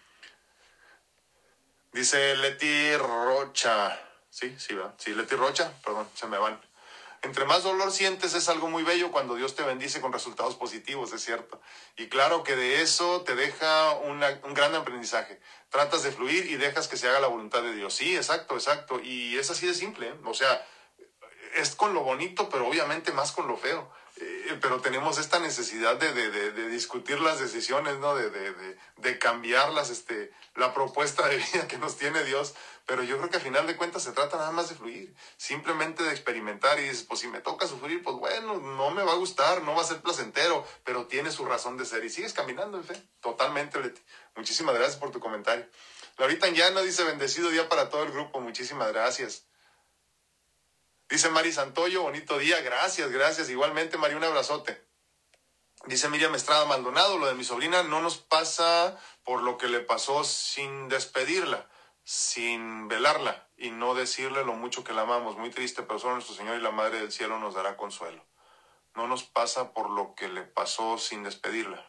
Dice Leti Rocha. Sí, ¿verdad? Sí, Leti Rocha, perdón, se me van. Entre más dolor sientes es algo muy bello cuando Dios te bendice con resultados positivos, es cierto. Y claro que de eso te deja un gran aprendizaje. Tratas de fluir y dejas que se haga la voluntad de Dios. Sí, exacto. Y es así de simple, ¿eh? O sea, es con lo bonito, pero obviamente más con lo feo. Pero tenemos esta necesidad de discutir las decisiones, ¿no? De cambiarlas, la propuesta de vida que nos tiene Dios. Pero yo creo que al final de cuentas se trata nada más de fluir, simplemente de experimentar y dices, pues si me toca sufrir, pues bueno, no me va a gustar, no va a ser placentero, pero tiene su razón de ser y sigues caminando en fe. Totalmente, Leti. Muchísimas gracias por tu comentario. Laurita Anguiano dice, bendecido día para todo el grupo, muchísimas gracias. Dice Mari Santoyo, bonito día, gracias. Igualmente, Mari, un abrazote. Dice Miriam Estrada Maldonado, lo de mi sobrina no nos pasa por lo que le pasó sin despedirla, sin velarla y no decirle lo mucho que la amamos. Muy triste, pero solo nuestro Señor y la Madre del Cielo nos dará consuelo. No nos pasa por lo que le pasó sin despedirla.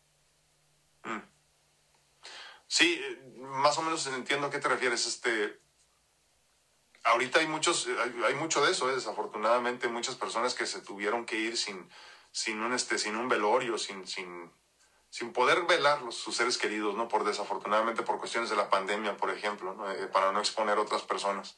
Sí, más o menos entiendo a qué te refieres. Ahorita hay mucho de eso, desafortunadamente, muchas personas que se tuvieron que ir sin un velorio, sin poder velar sus seres queridos, ¿no? Desafortunadamente por cuestiones de la pandemia, por ejemplo, ¿no? Para no exponer a otras personas.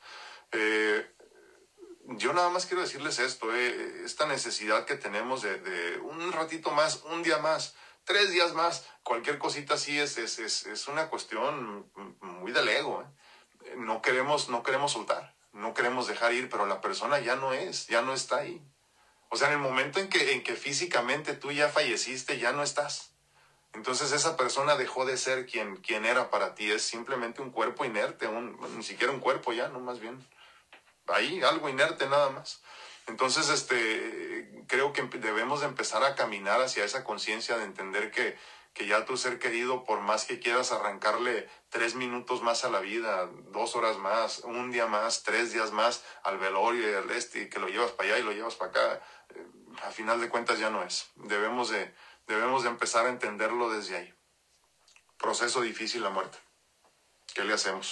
Yo nada más quiero decirles esto, esta necesidad que tenemos de un ratito más, un día más, 3 días más, cualquier cosita así es una cuestión muy del ego, No queremos soltar, no queremos dejar ir, pero la persona ya no está ahí. O sea, en el momento en que físicamente tú ya falleciste, ya no estás. Entonces esa persona dejó de ser quien era para ti, es simplemente un cuerpo inerte, ni siquiera un cuerpo ya, no, más bien ahí, algo inerte nada más. Entonces, creo que debemos de empezar a caminar hacia esa conciencia de entender que ya tu ser querido, por más que quieras arrancarle 3 minutos más a la vida, 2 horas más, un día más, 3 días más al velorio y al y que lo llevas para allá y lo llevas para acá, a final de cuentas ya no es. Debemos de empezar a entenderlo desde ahí. Proceso difícil la muerte. ¿Qué le hacemos?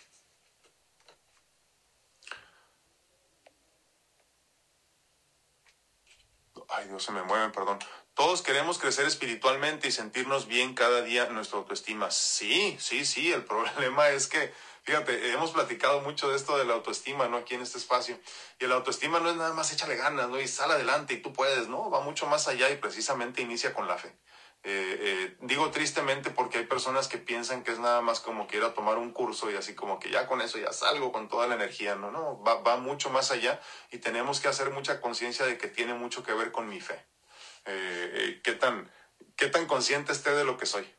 Ay, Dios, se me mueven, perdón. Todos queremos crecer espiritualmente y sentirnos bien cada día en nuestra autoestima. Sí. El problema es que, fíjate, hemos platicado mucho de esto de la autoestima, ¿no? Aquí en este espacio. Y la autoestima no es nada más échale ganas, ¿no? Y sal adelante y tú puedes, ¿no? Va mucho más allá y precisamente inicia con la fe. Digo tristemente porque hay personas que piensan que es nada más como que ir a tomar un curso y así como que ya con eso ya salgo con toda la energía. No, va mucho más allá y tenemos que hacer mucha conciencia de que tiene mucho que ver con mi fe. ¿Qué tan consciente esté de lo que soy?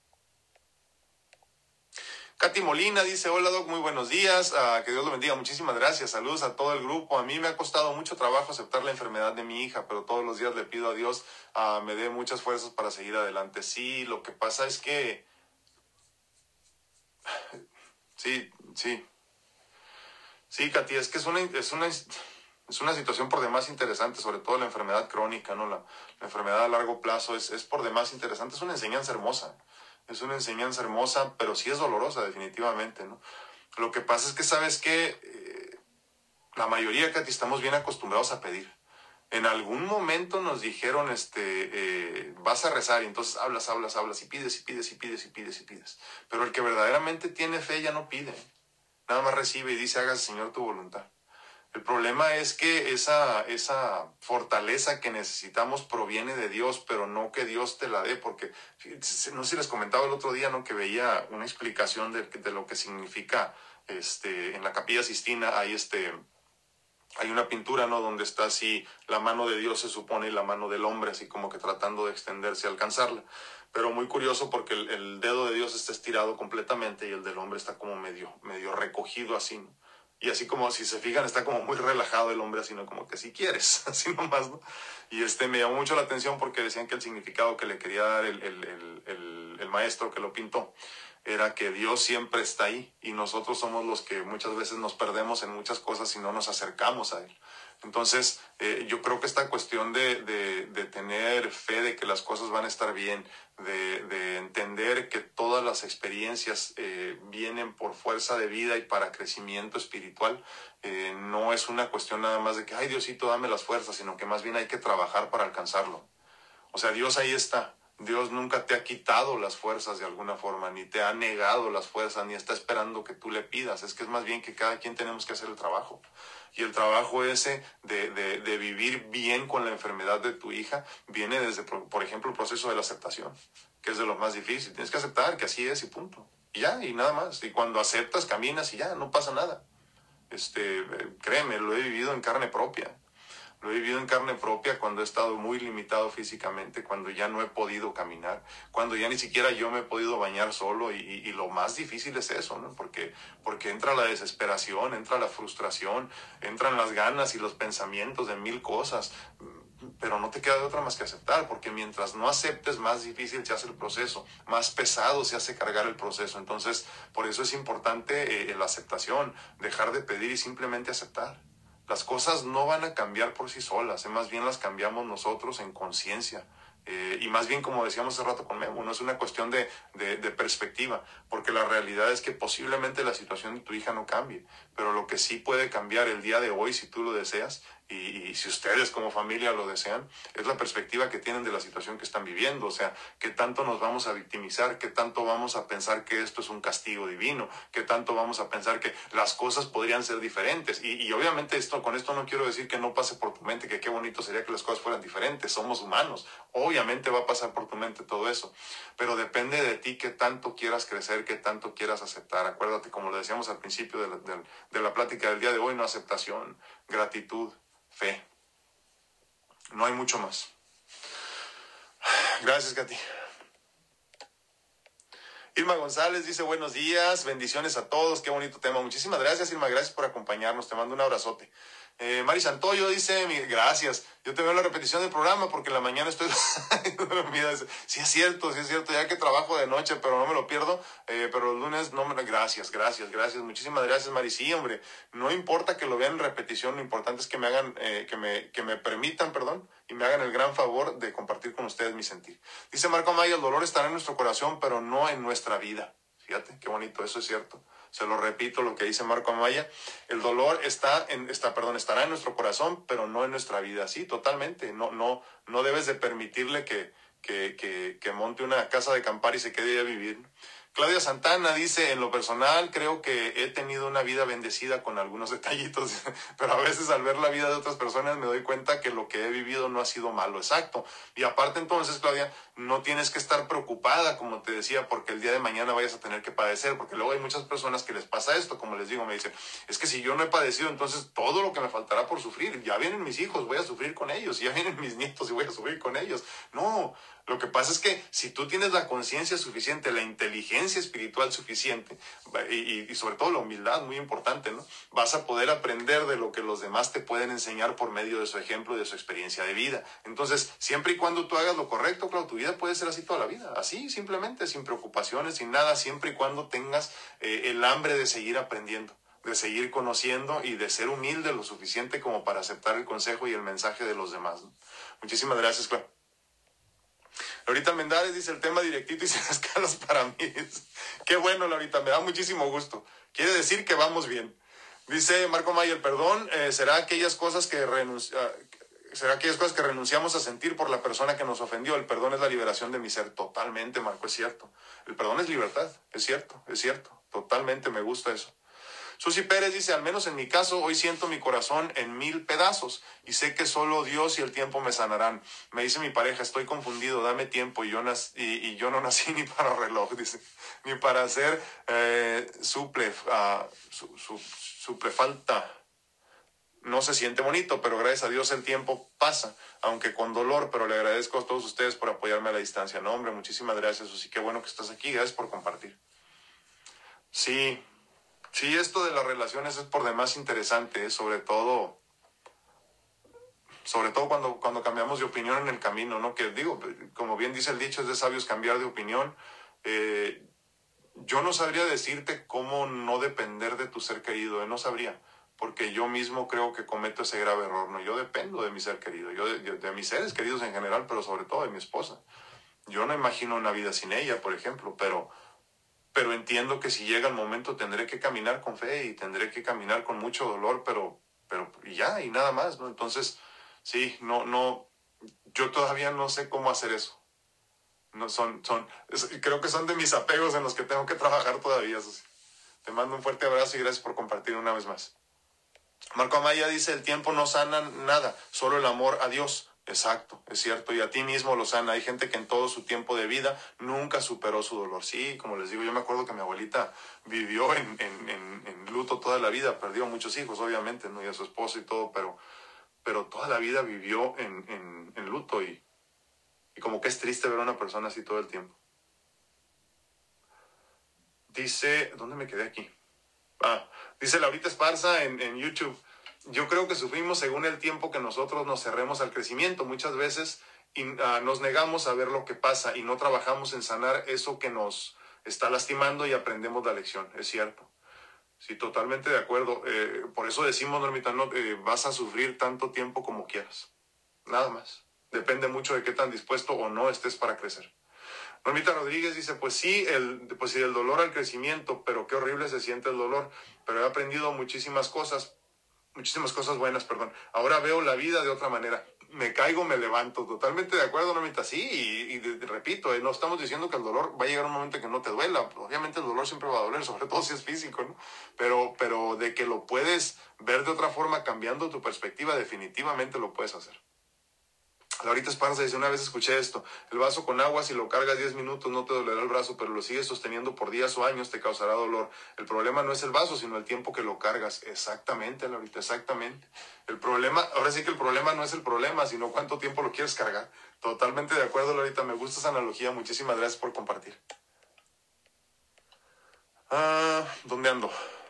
Katy Molina dice, hola Doc, muy buenos días, que Dios lo bendiga, muchísimas gracias, saludos a todo el grupo. A mí me ha costado mucho trabajo aceptar la enfermedad de mi hija, pero todos los días le pido a Dios me dé muchas fuerzas para seguir adelante. Sí, lo que pasa es que... Sí. Sí, Katy, es que es una situación por demás interesante, sobre todo la enfermedad crónica, ¿no? La enfermedad a largo plazo es por demás interesante, es una enseñanza hermosa. Es una enseñanza hermosa, pero sí es dolorosa, definitivamente, ¿no? Lo que pasa es que, ¿sabes qué? La mayoría, Katy, estamos bien acostumbrados a pedir. En algún momento nos dijeron, vas a rezar, y entonces hablas, y pides, y pides, y pides, y pides, y pides. Pero el que verdaderamente tiene fe ya no pide. Nada más recibe y dice, hágase, Señor, tu voluntad. El problema es que esa fortaleza que necesitamos proviene de Dios, pero no que Dios te la dé, porque no sé si les comentaba el otro día, ¿no? Que veía una explicación de lo que significa, en la Capilla Sistina hay una pintura, ¿no? Donde está así la mano de Dios, se supone, y la mano del hombre, así como que tratando de extenderse y alcanzarla. Pero muy curioso porque el dedo de Dios está estirado completamente y el del hombre está como medio recogido así, ¿no? Y así como, si se fijan, está como muy relajado el hombre, así, ¿no? Como que si quieres, así nomás, ¿no? Y me llamó mucho la atención porque decían que el significado que le quería dar el maestro que lo pintó era que Dios siempre está ahí y nosotros somos los que muchas veces nos perdemos en muchas cosas y no nos acercamos a Él. Entonces, yo creo que esta cuestión de tener fe de que las cosas van a estar bien, de entender que todas las experiencias vienen por fuerza de vida y para crecimiento espiritual, no es una cuestión nada más de que, ay, Diosito, dame las fuerzas, sino que más bien hay que trabajar para alcanzarlo. O sea, Dios ahí está. Dios nunca te ha quitado las fuerzas de alguna forma, ni te ha negado las fuerzas, ni está esperando que tú le pidas. Es que es más bien que cada quien tenemos que hacer el trabajo. Y el trabajo ese de vivir bien con la enfermedad de tu hija viene desde, por ejemplo, el proceso de la aceptación, que es de lo más difícil. Tienes que aceptar que así es y punto. Y ya, y nada más. Y cuando aceptas, caminas y ya, no pasa nada. Créeme, lo he vivido en carne propia. Lo he vivido en carne propia cuando he estado muy limitado físicamente, cuando ya no he podido caminar, cuando ya ni siquiera yo me he podido bañar solo y lo más difícil es eso, ¿no? Porque entra la desesperación, entra la frustración, entran las ganas y los pensamientos de mil cosas, pero no te queda de otra más que aceptar, porque mientras no aceptes, más difícil se hace el proceso, más pesado se hace cargar el proceso. Entonces, por eso es importante la aceptación, dejar de pedir y simplemente aceptar. Las cosas no van a cambiar por sí solas, más bien las cambiamos nosotros en conciencia. Y más bien, como decíamos hace rato con Memo, no es una cuestión de perspectiva, porque la realidad es que posiblemente la situación de tu hija no cambie, pero lo que sí puede cambiar el día de hoy, si tú lo deseas, y si ustedes como familia lo desean, es la perspectiva que tienen de la situación que están viviendo. O sea, qué tanto nos vamos a victimizar, qué tanto vamos a pensar que esto es un castigo divino, qué tanto vamos a pensar que las cosas podrían ser diferentes. Y obviamente con esto no quiero decir que no pase por tu mente, que qué bonito sería que las cosas fueran diferentes, somos humanos, obviamente va a pasar por tu mente todo eso, pero depende de ti qué tanto quieras crecer, qué tanto quieras aceptar. Acuérdate, como lo decíamos al principio de la plática del día de hoy, no aceptación, gratitud, fe. No hay mucho más. Gracias, Katy. Irma González dice buenos días, bendiciones a todos, qué bonito tema. Muchísimas gracias, Irma, gracias por acompañarnos, te mando un abrazote. Mari Santoyo dice, gracias, yo te veo en la repetición del programa porque en la mañana estoy dormida. Sí es cierto, ya que trabajo de noche, pero no me lo pierdo, pero el lunes no me... Gracias, muchísimas gracias, Mari. Sí, hombre, no importa que lo vean en repetición, lo importante es que me hagan, que me permitan, y me hagan el gran favor de compartir con ustedes mi sentir. Dice Marco Amaya, el dolor estará en nuestro corazón, pero no en nuestra vida. Fíjate, qué bonito, eso es cierto. Se lo repito lo que dice Marco Amaya, el dolor estará en nuestro corazón, pero no en nuestra vida. Sí, totalmente. No debes de permitirle que monte una casa de acampar y se quede ahí a vivir. Claudia Santana dice, en lo personal creo que he tenido una vida bendecida con algunos detallitos, pero a veces al ver la vida de otras personas me doy cuenta que lo que he vivido no ha sido malo, exacto. Y aparte entonces, Claudia, no tienes que estar preocupada, como te decía, porque el día de mañana vayas a tener que padecer, porque luego hay muchas personas que les pasa esto, como les digo, me dicen, es que si yo no he padecido, entonces todo lo que me faltará por sufrir, ya vienen mis hijos, voy a sufrir con ellos, ya vienen mis nietos y voy a sufrir con ellos. No, lo que pasa es que si tú tienes la conciencia suficiente, la inteligencia espiritual suficiente y sobre todo la humildad, muy importante, ¿no? Vas a poder aprender de lo que los demás te pueden enseñar por medio de su ejemplo y de su experiencia de vida. Entonces, siempre y cuando tú hagas lo correcto, claro, tu vida puede ser así toda la vida, así simplemente, sin preocupaciones, sin nada, siempre y cuando tengas el hambre de seguir aprendiendo. de seguir conociendo y de ser humilde lo suficiente como para aceptar el consejo y el mensaje de los demás, ¿no? Muchísimas gracias, Clara. Laurita Mendares dice el tema directito y sin escalas para mí. Qué bueno, Laurita, me da muchísimo gusto. Quiere decir que vamos bien. Dice Marco Maya, el perdón será aquellas cosas que renunciamos a sentir por la persona que nos ofendió. El perdón es la liberación de mi ser. Totalmente, Marco, es cierto. El perdón es libertad, es cierto. Totalmente, me gusta eso. Susi Pérez dice, al menos en mi caso, hoy siento mi corazón en 1000 pedazos y sé que solo Dios y el tiempo me sanarán. Me dice mi pareja, estoy confundido, dame tiempo y yo no nací ni para reloj, dice, ni para hacer suple falta. No se siente bonito, pero gracias a Dios el tiempo pasa, aunque con dolor, pero le agradezco a todos ustedes por apoyarme a la distancia. No, hombre, muchísimas gracias, Susi, qué bueno que estás aquí, gracias por compartir. Sí, esto de las relaciones es por demás interesante, sobre todo cuando cambiamos de opinión en el camino, ¿no? Que digo, como bien dice el dicho, es de sabios cambiar de opinión. Yo no sabría decirte cómo no depender de tu ser querido, no sabría, porque yo mismo creo que cometo ese grave error, ¿no? Yo dependo de mi ser querido, yo de mis seres queridos en general, pero sobre todo de mi esposa. Yo no imagino una vida sin ella, por ejemplo, pero entiendo que si llega el momento tendré que caminar con fe y tendré que caminar con mucho dolor, pero y ya, y nada más, ¿no? Entonces, sí, yo todavía no sé cómo hacer eso. No creo que son de mis apegos en los que tengo que trabajar todavía, Susi. Te mando un fuerte abrazo y gracias por compartir una vez más. Marco Amaya dice, el tiempo no sana nada, solo el amor a Dios. Exacto, es cierto, y a ti mismo lo sana. Hay gente que en todo su tiempo de vida nunca superó su dolor. Sí, como les digo, yo me acuerdo que mi abuelita vivió en luto toda la vida, perdió muchos hijos, obviamente, ¿no? Y a su esposo y todo, pero toda la vida vivió en luto y como que es triste ver a una persona así todo el tiempo. Dice, ¿dónde me quedé aquí? Dice Laurita Esparza en YouTube, yo creo que sufrimos según el tiempo que nosotros nos cerremos al crecimiento. Muchas veces nos negamos a ver lo que pasa y no trabajamos en sanar eso que nos está lastimando y aprendemos la lección. Es cierto. Sí, totalmente de acuerdo. Por eso decimos, Normita, no, vas a sufrir tanto tiempo como quieras. Nada más. Depende mucho de qué tan dispuesto o no estés para crecer. Normita Rodríguez dice, pues sí, el dolor al crecimiento, pero qué horrible se siente el dolor. Pero he aprendido muchísimas cosas buenas, perdón. Ahora veo la vida de otra manera. Me caigo, me levanto. Totalmente de acuerdo, Normita. Sí, y repito, no estamos diciendo que el dolor va a llegar un momento que no te duela. Obviamente el dolor siempre va a doler, sobre todo si es físico, ¿no? Pero de que lo puedes ver de otra forma, cambiando tu perspectiva, definitivamente lo puedes hacer. Laurita Esparza dice, una vez escuché esto, el vaso con agua, si lo cargas 10 minutos no te dolerá el brazo, pero lo sigues sosteniendo por días o años, te causará dolor. El problema no es el vaso, sino el tiempo que lo cargas. Exactamente, Laurita, exactamente. Ahora sí que el problema no es el problema, sino cuánto tiempo lo quieres cargar. Totalmente de acuerdo, Laurita, me gusta esa analogía, muchísimas gracias por compartir. ¿Dónde ando?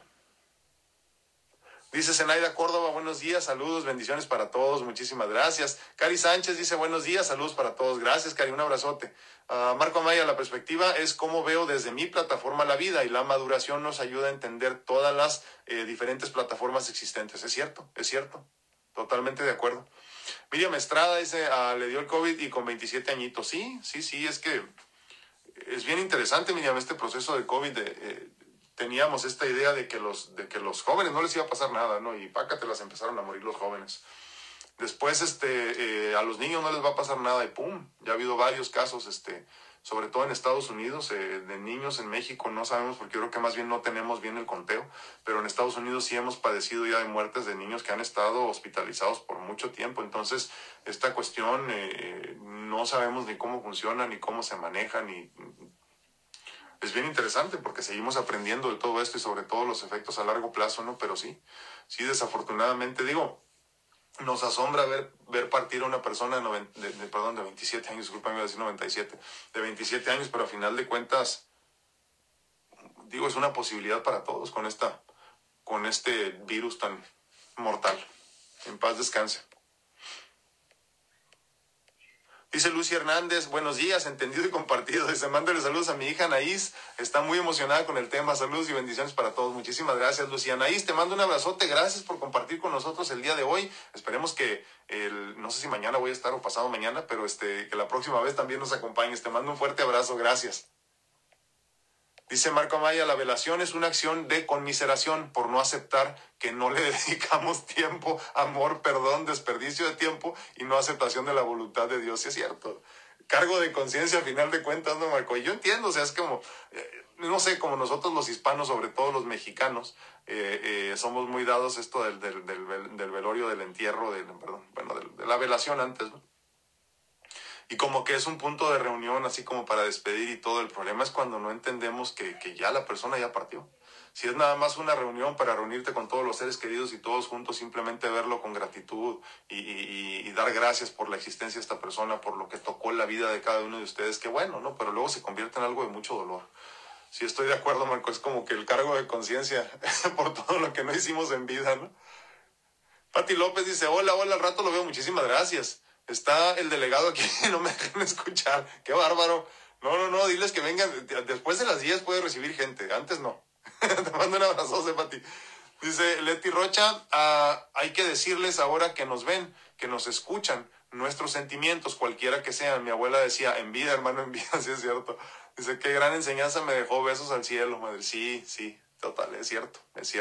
Dice Zenaida Córdoba, buenos días, saludos, bendiciones para todos, muchísimas gracias. Cari Sánchez dice, buenos días, saludos para todos. Gracias, Cari, un abrazote. Marco Amaya, la perspectiva es cómo veo desde mi plataforma la vida y la maduración nos ayuda a entender todas las diferentes plataformas existentes. Es cierto, totalmente de acuerdo. Miriam Estrada dice, le dio el COVID y con 27 añitos. Sí, es que es bien interesante, Miriam, este proceso de COVID teníamos esta idea de que los jóvenes no les iba a pasar nada, ¿no? Y pácatelas, empezaron a morir los jóvenes. Después, a los niños no les va a pasar nada y ¡pum! Ya ha habido varios casos, sobre todo en Estados Unidos, de niños. En México no sabemos porque yo creo que más bien no tenemos bien el conteo, pero en Estados Unidos sí hemos padecido ya de muertes de niños que han estado hospitalizados por mucho tiempo. Entonces, esta cuestión no sabemos ni cómo funciona, ni cómo se maneja, ni... Es bien interesante porque seguimos aprendiendo de todo esto y sobre todo los efectos a largo plazo, ¿no? Pero sí, desafortunadamente, nos asombra ver partir a una persona de 27 años, discúlpame, iba a decir 97, de 27 años, pero a final de cuentas, es una posibilidad para todos con este virus tan mortal. En paz descanse. Dice Lucy Hernández, buenos días, entendido y compartido. Dice, mándale saludos a mi hija Anaís, está muy emocionada con el tema. Saludos y bendiciones para todos. Muchísimas gracias, Lucy. Anaís, te mando un abrazote, gracias por compartir con nosotros el día de hoy. Esperemos que, no sé si mañana voy a estar o pasado mañana, pero que la próxima vez también nos acompañes. Te mando un fuerte abrazo, gracias. Dice Marco Amaya, la velación es una acción de conmiseración por no aceptar que no le dedicamos tiempo, amor, perdón, desperdicio de tiempo y no aceptación de la voluntad de Dios. Sí, es cierto. Cargo de conciencia, a final de cuentas, ¿no, Marco? Y yo entiendo, o sea, es como, no sé, como nosotros los hispanos, sobre todo los mexicanos, somos muy dados esto del velorio, del entierro, de la velación antes, ¿no? Y como que es un punto de reunión, así como para despedir y todo. El problema es cuando no entendemos que ya la persona ya partió. Si es nada más una reunión para reunirte con todos los seres queridos y todos juntos simplemente verlo con gratitud y dar gracias por la existencia de esta persona, por lo que tocó la vida de cada uno de ustedes, qué bueno, ¿no? Pero luego se convierte en algo de mucho dolor. Sí, estoy de acuerdo, Marco, es como que el cargo de conciencia por todo lo que no hicimos en vida, ¿no? Pati López dice, hola, al rato lo veo, muchísimas gracias. Está el delegado aquí, no me dejan escuchar. ¡Qué bárbaro! No, diles que vengan. Después de las 10 puede recibir gente, antes no. Te mando un abrazo, Pati. Dice Leti Rocha, hay que decirles ahora que nos ven, que nos escuchan, nuestros sentimientos, cualquiera que sean. Mi abuela decía, en vida, hermano, en vida, sí es cierto. Dice, qué gran enseñanza me dejó, besos al cielo, madre. Sí, total, es cierto.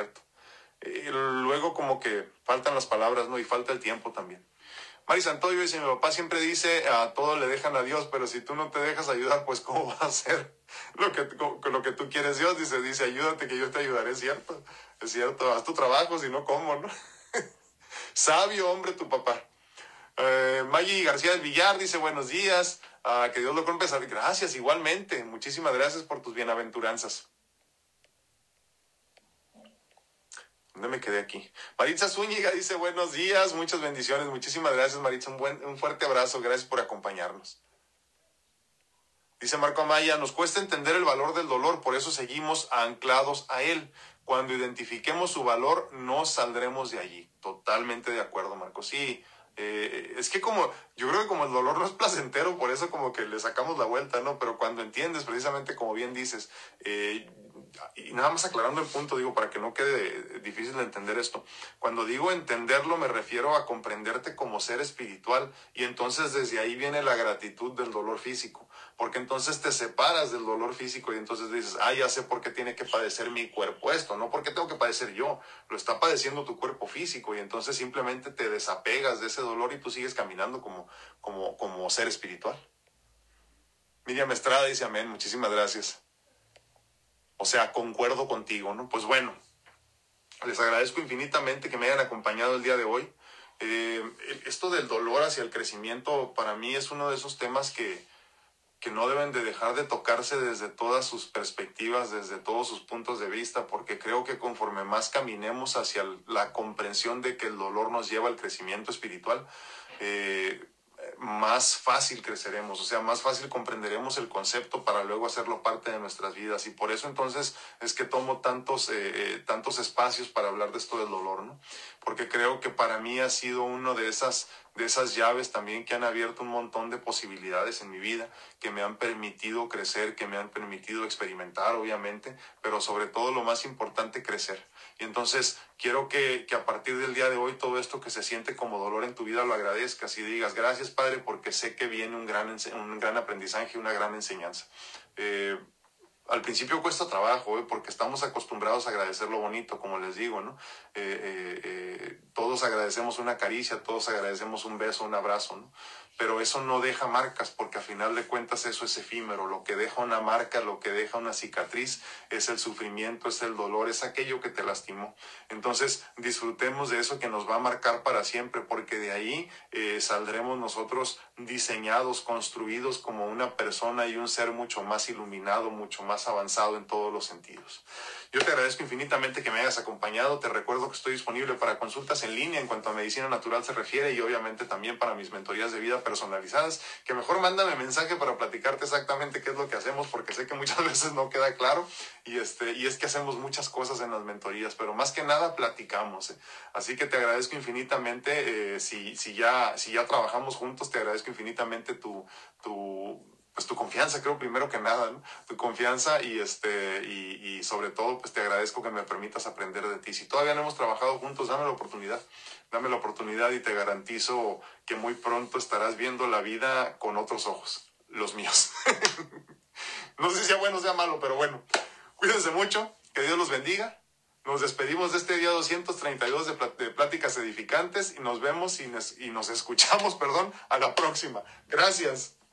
Y luego como que faltan las palabras, ¿no? Y falta el tiempo también. Mari Santoyo dice, mi papá siempre dice, a todo le dejan a Dios, pero si tú no te dejas ayudar, pues ¿cómo va a ser lo que tú quieres? Dios dice, ayúdate que yo te ayudaré, es cierto, haz tu trabajo, si no, ¿cómo, no? Sabio hombre tu papá. Maggie García del Villar dice, buenos días, que Dios lo compensa. Gracias, igualmente, muchísimas gracias por tus bienaventuranzas. ¿Dónde me quedé aquí? Maritza Zúñiga dice, buenos días, muchas bendiciones. Muchísimas gracias, Maritza. Un fuerte abrazo. Gracias por acompañarnos. Dice Marco Amaya, nos cuesta entender el valor del dolor, por eso seguimos anclados a él. Cuando identifiquemos su valor, no saldremos de allí. Totalmente de acuerdo, Marco. Sí, es que yo creo que como el dolor no es placentero, por eso como que le sacamos la vuelta, ¿no? Pero cuando entiendes, precisamente como bien dices, y nada más aclarando el punto, digo, para que no quede difícil de entender esto. Cuando digo entenderlo, me refiero a comprenderte como ser espiritual, y entonces desde ahí viene la gratitud del dolor físico, porque entonces te separas del dolor físico y entonces dices, ya sé por qué tiene que padecer mi cuerpo esto, no porque tengo que padecer yo, lo está padeciendo tu cuerpo físico, y entonces simplemente te desapegas de ese dolor y tú sigues caminando como ser espiritual. Miriam Estrada dice amén, muchísimas gracias. O sea, concuerdo contigo, ¿no? Pues bueno, les agradezco infinitamente que me hayan acompañado el día de hoy. Esto del dolor hacia el crecimiento para mí es uno de esos temas que no deben de dejar de tocarse desde todas sus perspectivas, desde todos sus puntos de vista, porque creo que conforme más caminemos hacia la comprensión de que el dolor nos lleva al crecimiento espiritual, más fácil creceremos, o sea, más fácil comprenderemos el concepto para luego hacerlo parte de nuestras vidas. Y por eso entonces es que tomo tantos espacios para hablar de esto del dolor, ¿no? Porque creo que para mí ha sido uno de esas llaves también que han abierto un montón de posibilidades en mi vida, que me han permitido crecer, que me han permitido experimentar, obviamente, pero sobre todo lo más importante, crecer. Y entonces quiero que a partir del día de hoy todo esto que se siente como dolor en tu vida lo agradezcas y digas, gracias Padre, porque sé que viene un gran aprendizaje, una gran enseñanza. Al principio cuesta trabajo, porque estamos acostumbrados a agradecer lo bonito, como les digo, ¿no? Todos agradecemos una caricia, todos agradecemos un beso, un abrazo, ¿no? Pero eso no deja marcas, porque a final de cuentas eso es efímero. Lo que deja una marca, lo que deja una cicatriz es el sufrimiento, es el dolor, es aquello que te lastimó. Entonces disfrutemos de eso que nos va a marcar para siempre, porque de ahí saldremos nosotros diseñados, construidos como una persona y un ser mucho más iluminado, mucho más avanzado en todos los sentidos. Yo te agradezco infinitamente que me hayas acompañado. Te recuerdo que estoy disponible para consultas en línea en cuanto a medicina natural se refiere, y obviamente también para mis mentorías de vida personalizadas, que mejor mándame mensaje para platicarte exactamente qué es lo que hacemos, porque sé que muchas veces no queda claro, y es que hacemos muchas cosas en las mentorías, pero más que nada platicamos. Así que te agradezco infinitamente, si ya trabajamos juntos, te agradezco infinitamente tu confianza, creo, primero que nada, ¿no? Tu confianza y sobre todo, pues te agradezco que me permitas aprender de ti. Si todavía no hemos trabajado juntos, dame la oportunidad y te garantizo que muy pronto estarás viendo la vida con otros ojos, los míos. No sé si sea bueno o sea malo, pero bueno, cuídense mucho, que Dios los bendiga. Nos despedimos de este día 232 de Pláticas Edificantes y nos vemos y nos escuchamos, a la próxima. Gracias.